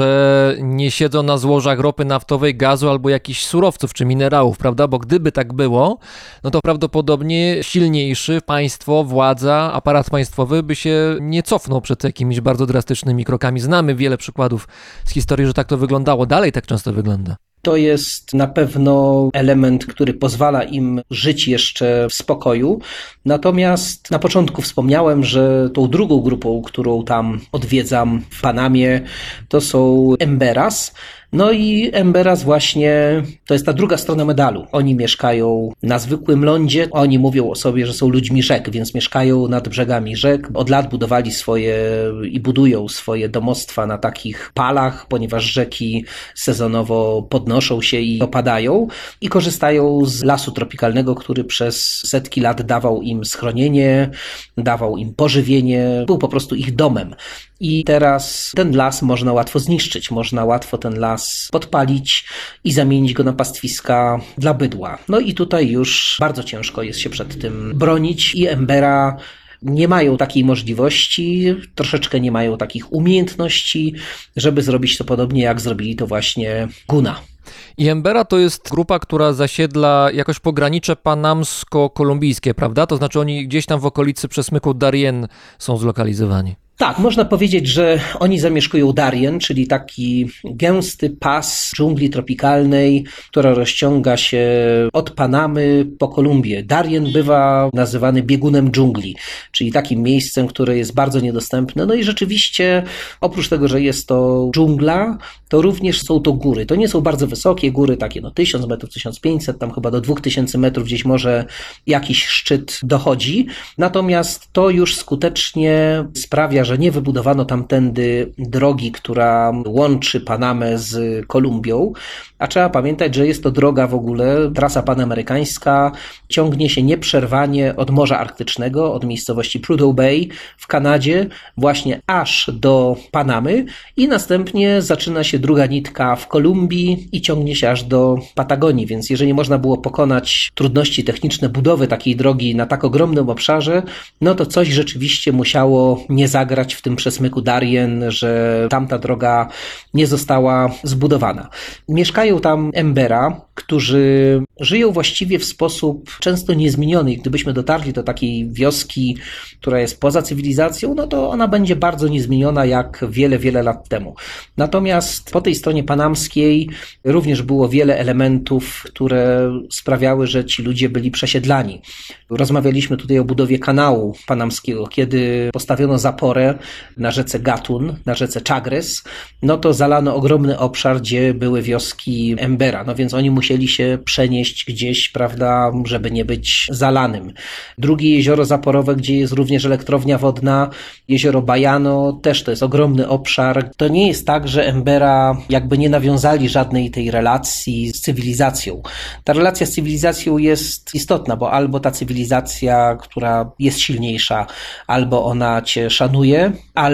że nie siedzą na złożach ropy naftowej, gazu albo jakichś surowców czy minerałów, prawda? Bo gdyby tak było, no to prawdopodobnie silniejszy państwo, władza, aparat państwowy by się nie cofnął przed jakimiś bardzo drastycznymi krokami. Znamy wiele przykładów z historii, że tak to wyglądało. Dalej tak często wygląda.
To jest na pewno element, który pozwala im żyć jeszcze w spokoju. Natomiast na początku wspomniałem, że tą drugą grupą, którą tam odwiedzam w Panamie, to są Emberas. No i Emberas właśnie to jest ta druga strona medalu. Oni mieszkają na zwykłym lądzie, oni mówią o sobie, że są ludźmi rzek, więc mieszkają nad brzegami rzek. Od lat budowali swoje i budują swoje domostwa na takich palach, ponieważ rzeki sezonowo podnoszą się i opadają i korzystają z lasu tropikalnego, który przez setki lat dawał im schronienie, dawał im pożywienie, był po prostu ich domem. I teraz ten las można łatwo zniszczyć, można łatwo ten las podpalić i zamienić go na pastwiska dla bydła. No i tutaj już bardzo ciężko jest się przed tym bronić i Embera nie mają takiej możliwości, troszeczkę nie mają takich umiejętności, żeby zrobić to podobnie jak zrobili to właśnie Guna.
I Embera to jest grupa, która zasiedla jakoś pogranicze panamsko-kolumbijskie, prawda? To znaczy oni gdzieś tam w okolicy przesmyku Darien są zlokalizowani.
Tak, można powiedzieć, że oni zamieszkują Darien, czyli taki gęsty pas dżungli tropikalnej, która rozciąga się od Panamy po Kolumbię. Darien bywa nazywany biegunem dżungli, czyli takim miejscem, które jest bardzo niedostępne. No i rzeczywiście, oprócz tego, że jest to dżungla, to również są to góry. To nie są bardzo wysokie góry, takie 1000 metrów, 1500, tam chyba do 2000 metrów gdzieś może jakiś szczyt dochodzi. Natomiast to już skutecznie sprawia, że nie wybudowano tamtędy drogi, która łączy Panamę z Kolumbią, a trzeba pamiętać, że jest to droga w ogóle, trasa panamerykańska, ciągnie się nieprzerwanie od Morza Arktycznego, od miejscowości Prudhoe Bay w Kanadzie, właśnie aż do Panamy i następnie zaczyna się druga nitka w Kolumbii i ciągnie się aż do Patagonii, więc jeżeli można było pokonać trudności techniczne budowy takiej drogi na tak ogromnym obszarze, no to coś rzeczywiście musiało nie zagrać w tym przesmyku Darien, że tamta droga nie została zbudowana. Mieszkają tam Embera, którzy żyją właściwie w sposób często niezmieniony i gdybyśmy dotarli do takiej wioski, która jest poza cywilizacją, no to ona będzie bardzo niezmieniona jak wiele, wiele lat temu. Natomiast po tej stronie panamskiej również było wiele elementów, które sprawiały, że ci ludzie byli przesiedlani. Rozmawialiśmy tutaj o budowie kanału panamskiego. Kiedy postawiono zaporę na rzece Gatun, na rzece Chagres, no to zalano ogromny obszar, gdzie były wioski Embera. No więc oni musieli się przenieść gdzieś, prawda, żeby nie być zalanym. Drugie jezioro zaporowe, gdzie jest również elektrownia wodna, jezioro Bajano, też to jest ogromny obszar. To nie jest tak, że Embera jakby nie nawiązali żadnej tej relacji z cywilizacją. Ta relacja z cywilizacją jest istotna, bo albo ta cywilizacja, która jest silniejsza, albo ona cię szanuje,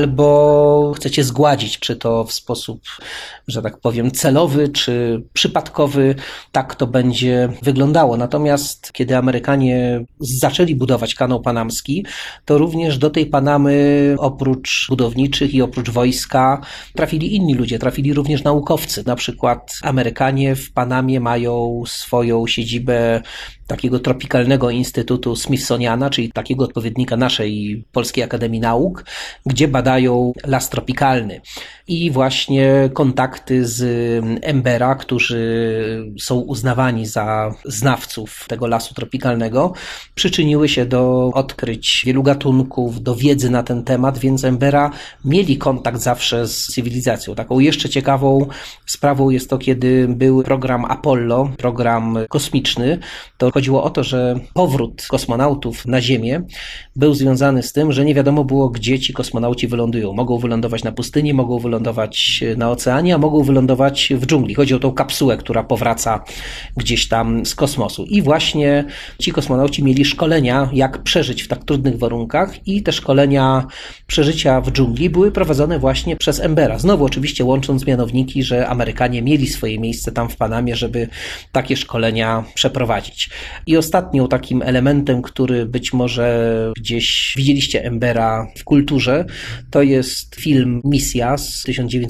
albo chce cię zgładzić, czy to w sposób, że tak powiem, celowy, czy przypadkowy, tak to będzie wyglądało. Natomiast kiedy Amerykanie zaczęli budować kanał panamski, to również do tej Panamy oprócz budowniczych i oprócz wojska trafili inni ludzie, trafili również naukowcy. Na przykład Amerykanie w Panamie mają swoją siedzibę takiego tropikalnego instytutu Smithsoniana, czyli takiego odpowiednika naszej Polskiej Akademii Nauk, gdzie badają las tropikalny. I właśnie kontakty z Embera, którzy są uznawani za znawców tego lasu tropikalnego, przyczyniły się do odkryć wielu gatunków, do wiedzy na ten temat, więc Embera mieli kontakt zawsze z cywilizacją. Taką jeszcze ciekawą sprawą jest to, kiedy był program Apollo, program kosmiczny, to chodziło o to, że powrót kosmonautów na Ziemię był związany z tym, że nie wiadomo było, gdzie ci kosmonauci wylądują. Mogą wylądować na pustyni, mogą wylądować wylądować na oceanie, a mogą wylądować w dżungli. Chodzi o tą kapsułę, która powraca gdzieś tam z kosmosu. I właśnie ci kosmonauci mieli szkolenia, jak przeżyć w tak trudnych warunkach i te szkolenia przeżycia w dżungli były prowadzone właśnie przez Embera. Znowu oczywiście łącząc mianowniki, że Amerykanie mieli swoje miejsce tam w Panamie, żeby takie szkolenia przeprowadzić. I ostatnią takim elementem, który być może gdzieś widzieliście Embera w kulturze, to jest film Misja z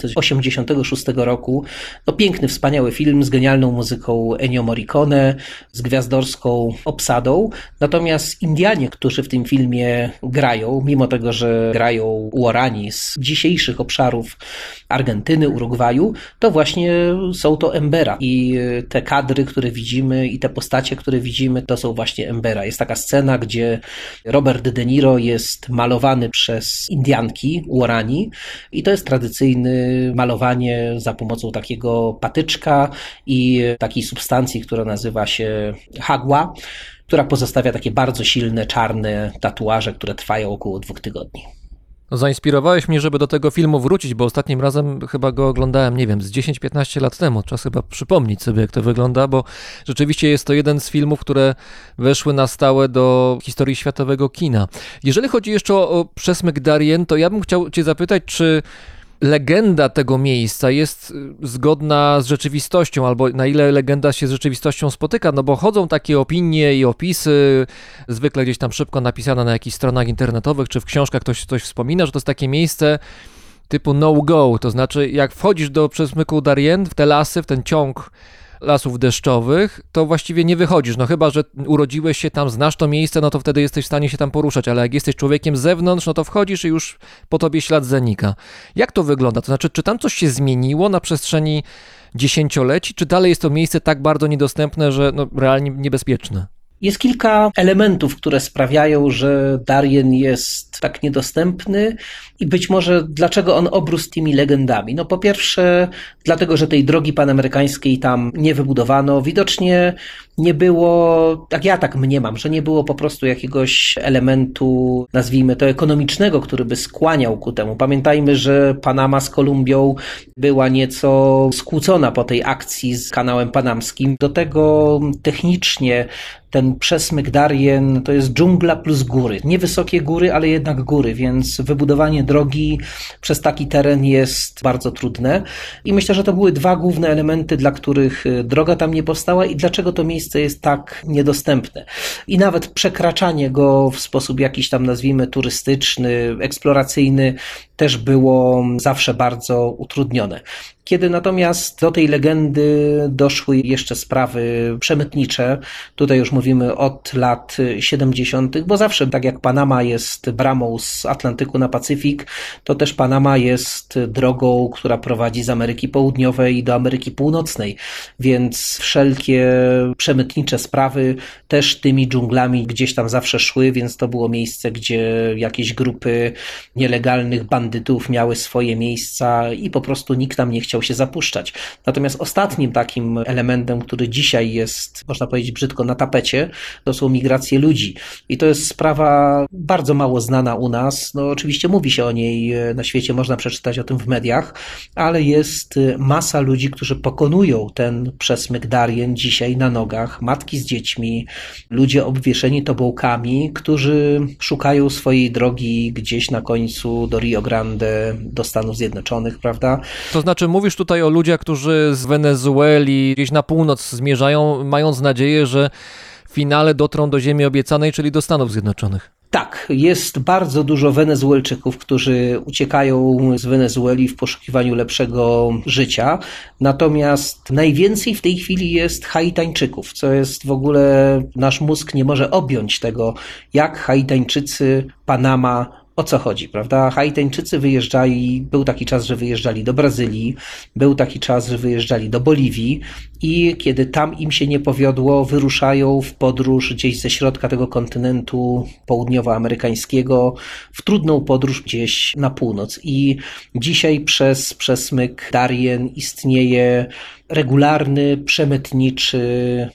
1986 roku. No piękny, wspaniały film z genialną muzyką Ennio Morricone, z gwiazdorską obsadą. Natomiast Indianie, którzy w tym filmie grają, mimo tego, że grają Guarani z dzisiejszych obszarów Argentyny, Urugwaju, to właśnie są to Embera. I te kadry, które widzimy i te postacie, które widzimy, to są właśnie Embera. Jest taka scena, gdzie Robert De Niro jest malowany przez Indianki, Guarani, i to jest tradycyjne malowanie za pomocą takiego patyczka i takiej substancji, która nazywa się hagła, która pozostawia takie bardzo silne, czarne tatuaże, które trwają około 2 tygodni.
Zainspirowałeś mnie, żeby do tego filmu wrócić, bo ostatnim razem chyba go oglądałem, nie wiem, z 10-15 lat temu. Czas chyba przypomnieć sobie, jak to wygląda, bo rzeczywiście jest to jeden z filmów, które weszły na stałe do historii światowego kina. Jeżeli chodzi jeszcze o przesmyk Darien, to ja bym chciał cię zapytać, czy legenda tego miejsca jest zgodna z rzeczywistością, albo na ile legenda się z rzeczywistością spotyka, no bo chodzą takie opinie i opisy, zwykle gdzieś tam szybko napisane na jakichś stronach internetowych, czy w książkach ktoś coś wspomina, że to jest takie miejsce typu no-go, to znaczy jak wchodzisz do przesmyku Darien, w te lasy, w ten ciąg lasów deszczowych, to właściwie nie wychodzisz, no chyba, że urodziłeś się tam, znasz to miejsce, no to wtedy jesteś w stanie się tam poruszać, ale jak jesteś człowiekiem z zewnątrz, no to wchodzisz i już po tobie ślad zanika. Jak to wygląda? To znaczy, czy tam coś się zmieniło na przestrzeni dziesięcioleci, czy dalej jest to miejsce tak bardzo niedostępne, że no, realnie niebezpieczne?
Jest kilka elementów, które sprawiają, że Darien jest tak niedostępny i być może dlaczego on obrósł tymi legendami. No po pierwsze dlatego, że tej drogi panamerykańskiej tam nie wybudowano. Widocznie nie było, tak ja tak mniemam, że nie było po prostu jakiegoś elementu, nazwijmy to ekonomicznego, który by skłaniał ku temu. Pamiętajmy, że Panama z Kolumbią była nieco skłócona po tej akcji z kanałem panamskim. Do tego technicznie ten przesmyk Darien to jest dżungla plus góry. Nie wysokie góry, ale jednak góry, więc wybudowanie drogi przez taki teren jest bardzo trudne. I myślę, że to były 2 główne elementy, dla których droga tam nie powstała i dlaczego to miejsce jest tak niedostępne. I nawet przekraczanie go w sposób jakiś tam, nazwijmy, turystyczny, eksploracyjny też było zawsze bardzo utrudnione. Kiedy natomiast do tej legendy doszły jeszcze sprawy przemytnicze, tutaj już mówimy od lat 70., bo zawsze tak jak Panama jest bramą z Atlantyku na Pacyfik, to też Panama jest drogą, która prowadzi z Ameryki Południowej do Ameryki Północnej, więc wszelkie przemytnicze sprawy też tymi dżunglami gdzieś tam zawsze szły, więc to było miejsce, gdzie jakieś grupy nielegalnych bandytów miały swoje miejsca i po prostu nikt tam nie chciał się zapuszczać. Natomiast ostatnim takim elementem, który dzisiaj jest, można powiedzieć brzydko, na tapecie, to są migracje ludzi. I to jest sprawa bardzo mało znana u nas. No oczywiście mówi się o niej na świecie, można przeczytać o tym w mediach, ale jest masa ludzi, którzy pokonują ten przesmyk Darien dzisiaj na nogach, matki z dziećmi, ludzie obwieszeni tobołkami, którzy szukają swojej drogi gdzieś na końcu do Rio Grande, do Stanów Zjednoczonych, prawda?
To znaczy mówisz tutaj o ludziach, którzy z Wenezueli gdzieś na północ zmierzają, mając nadzieję, że w finale dotrą do ziemi obiecanej, czyli do Stanów Zjednoczonych.
Tak, jest bardzo dużo Wenezuelczyków, którzy uciekają z Wenezueli w poszukiwaniu lepszego życia, natomiast najwięcej w tej chwili jest Haitańczyków, co jest w ogóle, nasz mózg nie może objąć tego, jak Haitańczycy, Panama, o co chodzi, prawda? Haitańczycy wyjeżdżali, był taki czas, że wyjeżdżali do Brazylii, był taki czas, że wyjeżdżali do Boliwii i kiedy tam im się nie powiodło, wyruszają w podróż gdzieś ze środka tego kontynentu południowoamerykańskiego, w trudną podróż gdzieś na północ. I dzisiaj przez przesmyk Darien istnieje regularny, przemytniczy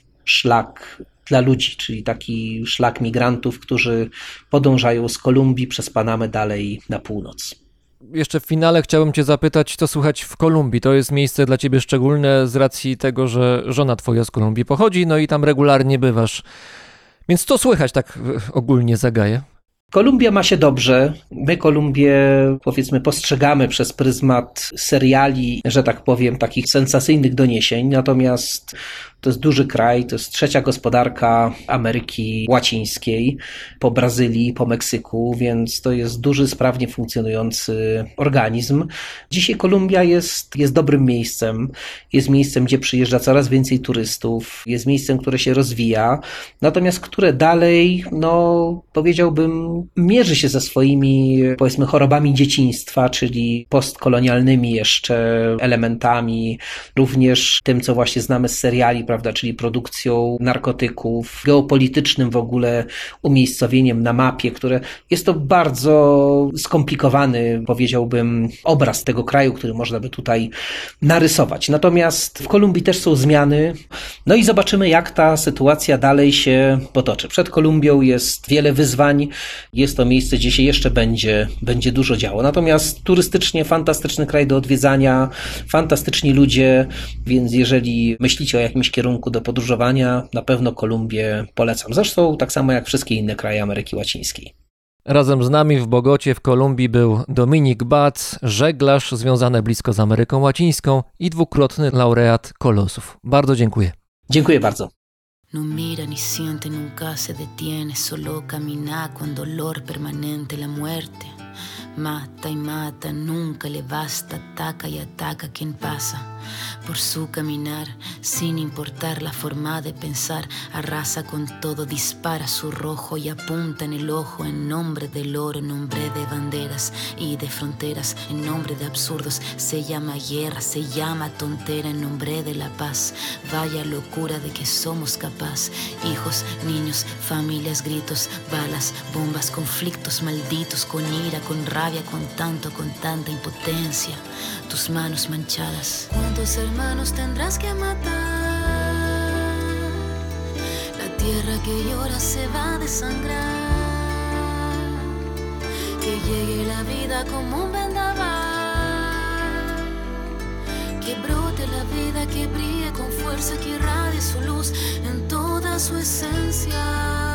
szlak dla ludzi, czyli taki szlak migrantów, którzy podążają z Kolumbii przez Panamę dalej na północ.
jeszcze w finale chciałbym cię zapytać, co słychać w Kolumbii. To jest miejsce dla ciebie szczególne z racji tego, że żona twoja z Kolumbii pochodzi, no i tam regularnie bywasz. Więc co słychać tak ogólnie za Gaję?
Kolumbia ma się dobrze. My Kolumbię, powiedzmy, postrzegamy przez pryzmat seriali, że tak powiem, takich sensacyjnych doniesień, natomiast to jest duży kraj, to jest trzecia gospodarka Ameryki Łacińskiej, po Brazylii, po Meksyku, więc to jest duży, sprawnie funkcjonujący organizm. Dzisiaj Kolumbia jest dobrym miejscem, jest miejscem, gdzie przyjeżdża coraz więcej turystów, jest miejscem, które się rozwija, natomiast które dalej, powiedziałbym, mierzy się ze swoimi, powiedzmy, chorobami dzieciństwa, czyli postkolonialnymi jeszcze elementami, również tym, co właśnie znamy z seriali, prawda, czyli produkcją narkotyków, geopolitycznym w ogóle umiejscowieniem na mapie, które jest to bardzo skomplikowany, powiedziałbym, obraz tego kraju, który można by tutaj narysować. Natomiast w Kolumbii też są zmiany, no i zobaczymy, jak ta sytuacja dalej się potoczy. Przed Kolumbią jest wiele wyzwań, jest to miejsce, gdzie się jeszcze będzie dużo działo. Natomiast turystycznie fantastyczny kraj do odwiedzania, fantastyczni ludzie, więc jeżeli myślicie o jakimś kierunku do podróżowania, na pewno Kolumbię polecam. Zresztą tak samo jak wszystkie inne kraje Ameryki Łacińskiej.
Razem z nami w Bogocie w Kolumbii był Dominik Bac, żeglarz związany blisko z Ameryką Łacińską i dwukrotny laureat Kolosów. Bardzo dziękuję.
Dziękuję bardzo.
No mira ni siente, nunca se detiene, solo camina con dolor permanente la muerte. Mata y mata, nunca le basta, ataca y ataca a quien pasa por su caminar, sin importar la forma de pensar, arrasa con todo, dispara su rojo y apunta en el ojo en nombre del oro, en nombre de banderas y de fronteras, en nombre de absurdos, se llama guerra, se llama tontera, en nombre de la paz, vaya locura de que somos capaz, hijos, niños, familias, gritos, balas, bombas, conflictos malditos, con ira, con rabia, con tanta impotencia, tus manos manchadas. ¿Cuántos hermanos tendrás que matar? La tierra que llora se va a desangrar. Que llegue la vida como un vendaval. Que brote la vida, que brille con fuerza, que irradie su luz en toda su esencia.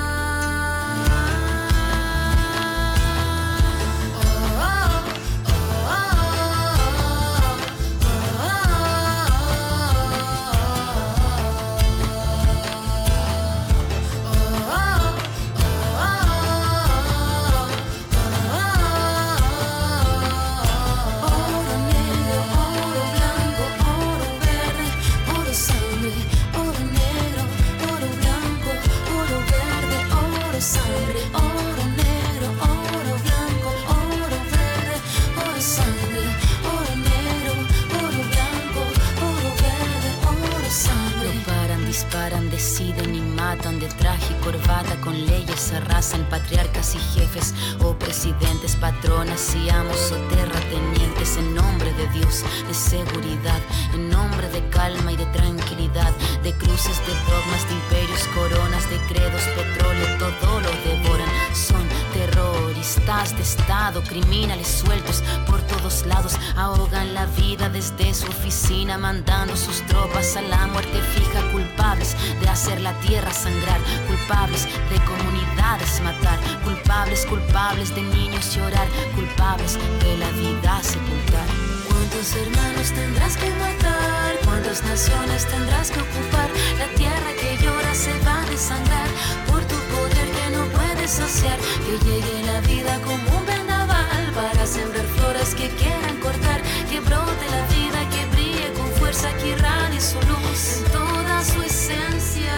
Deciden y matan de traje y corbata, con leyes arrasan patriarcas y jefes, o presidentes, patronas y amos o terratenientes, en nombre de Dios, de seguridad, en nombre de calma y de tranquilidad, de cruces, de dogmas, de imperios, coronas, de credos, petróleo, todo lo devoran. Son terroristas de Estado, criminales sueltos por todos lados, ahogan la vida desde su oficina, mandando sus tropas a la muerte fija, culpables de hacer la tierra sangrar, culpables de comunidades matar, culpables de niños llorar, culpables de la vida sepultar. ¿Cuántos hermanos tendrás que matar? ¿Cuántas naciones tendrás que ocupar? La tierra que llora se va a desangrar por tu poder que no puedes saciar. Que llegue la vida como un vendaval para sembrar flores que quieran cortar. Que brote la vida, que brille con fuerza, que irradie su luz en toda su esencia.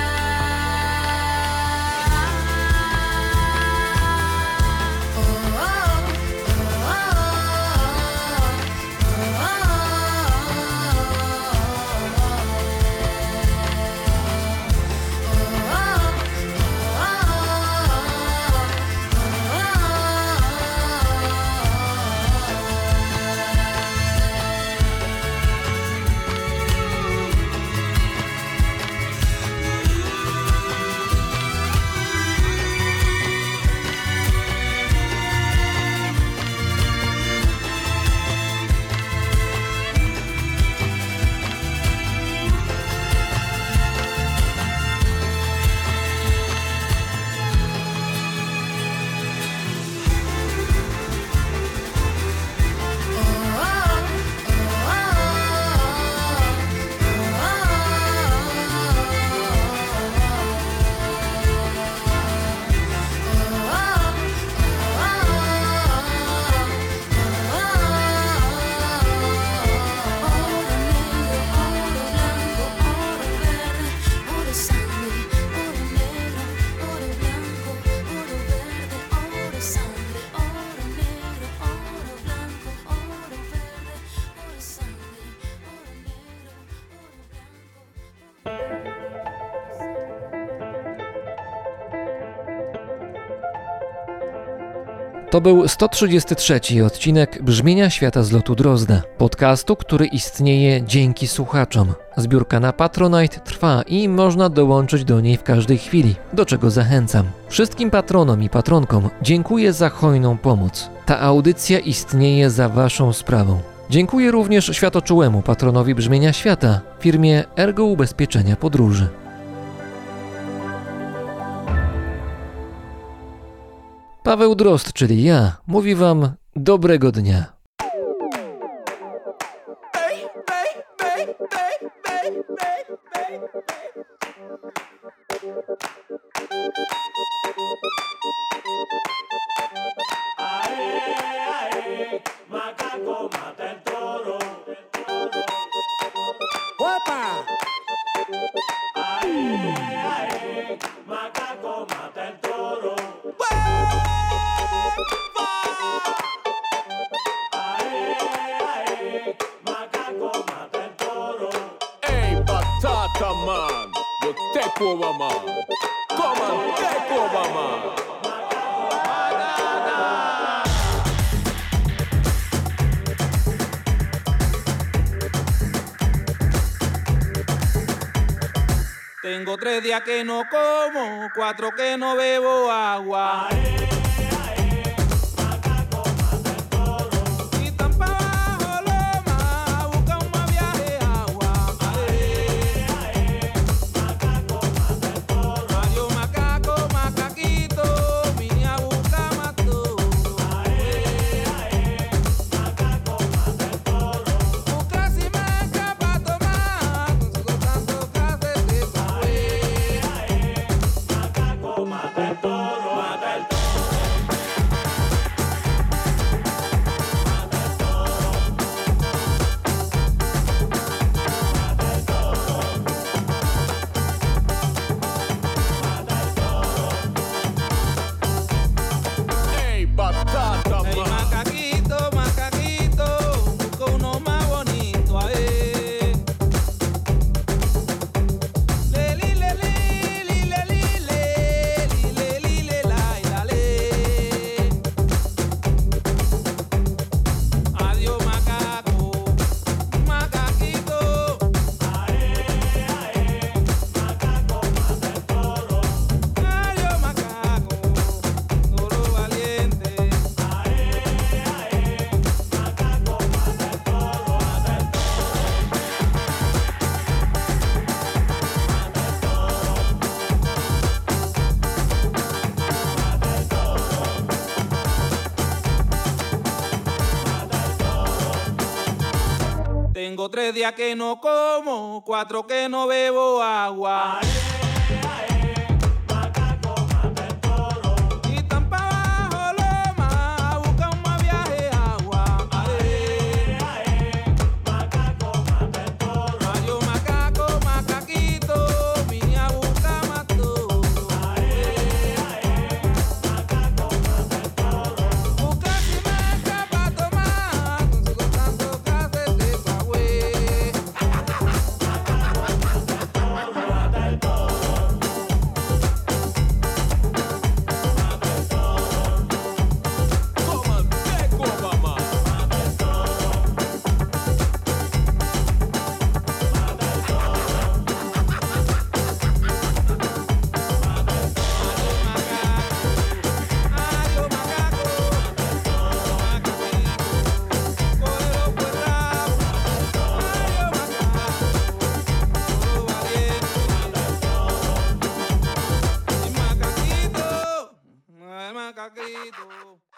To był 133 odcinek Brzmienia Świata z lotu Drozda, podcastu, który istnieje dzięki słuchaczom. Zbiórka na Patronite trwa i można dołączyć do niej w każdej chwili, do czego zachęcam. Wszystkim patronom i patronkom dziękuję za hojną pomoc. Ta audycja istnieje za waszą sprawą. Dziękuję również światoczułemu patronowi Brzmienia Świata, firmie Ergo Ubezpieczenia Podróży. Paweł Drozd, czyli ja, mówi wam dobrego dnia.
Macaco mata el toro. ¡Opa! Macaco mata el toro. Macaco mata el toro.
Hey, Batata Man, you take over, man. Come on, take over, man.
Tengo 3 días que no como, 4 que no bebo agua.
Macaco mata el toro.
Y tan pa' abajo loma, busca un más viaje de agua.
Macaco mata el toro.
Mario Macaco, macaquito, vine a buscar más todo.
Macaco mata el toro.
Busca si me escapa a tomar, consigo tanto café de
Macaco mata el toro. Mata el toro.
Hey, Batata
Hey,
Man.
macaquito, macaquito, busco uno más bonito, a ver. Le li le li li le li le la y la le. Adiós macaco, macaquito.
Macaco mata el toro.
Adiós macaco, toro valiente.
Macaco mata el toro. Mata el toro.
Tengo 3 días que no como, 4 que no bebo agua.
Macaco mata el toro.
Y tan pa' abajo loma, busca un más viaje de agua.
Macaco mata el toro.
Mario Macaco, macaquito, vine a buscar más todo.
Macaco mata el toro.
Busca si me escapa a tomar, consigo tanto café de Huawei.
Mata el toro.
Come on, take over, man.
Mario Macaco, macaquito, cógelo por rabo. Mario Macaco, toro valiente. Y macaquito, macaquito.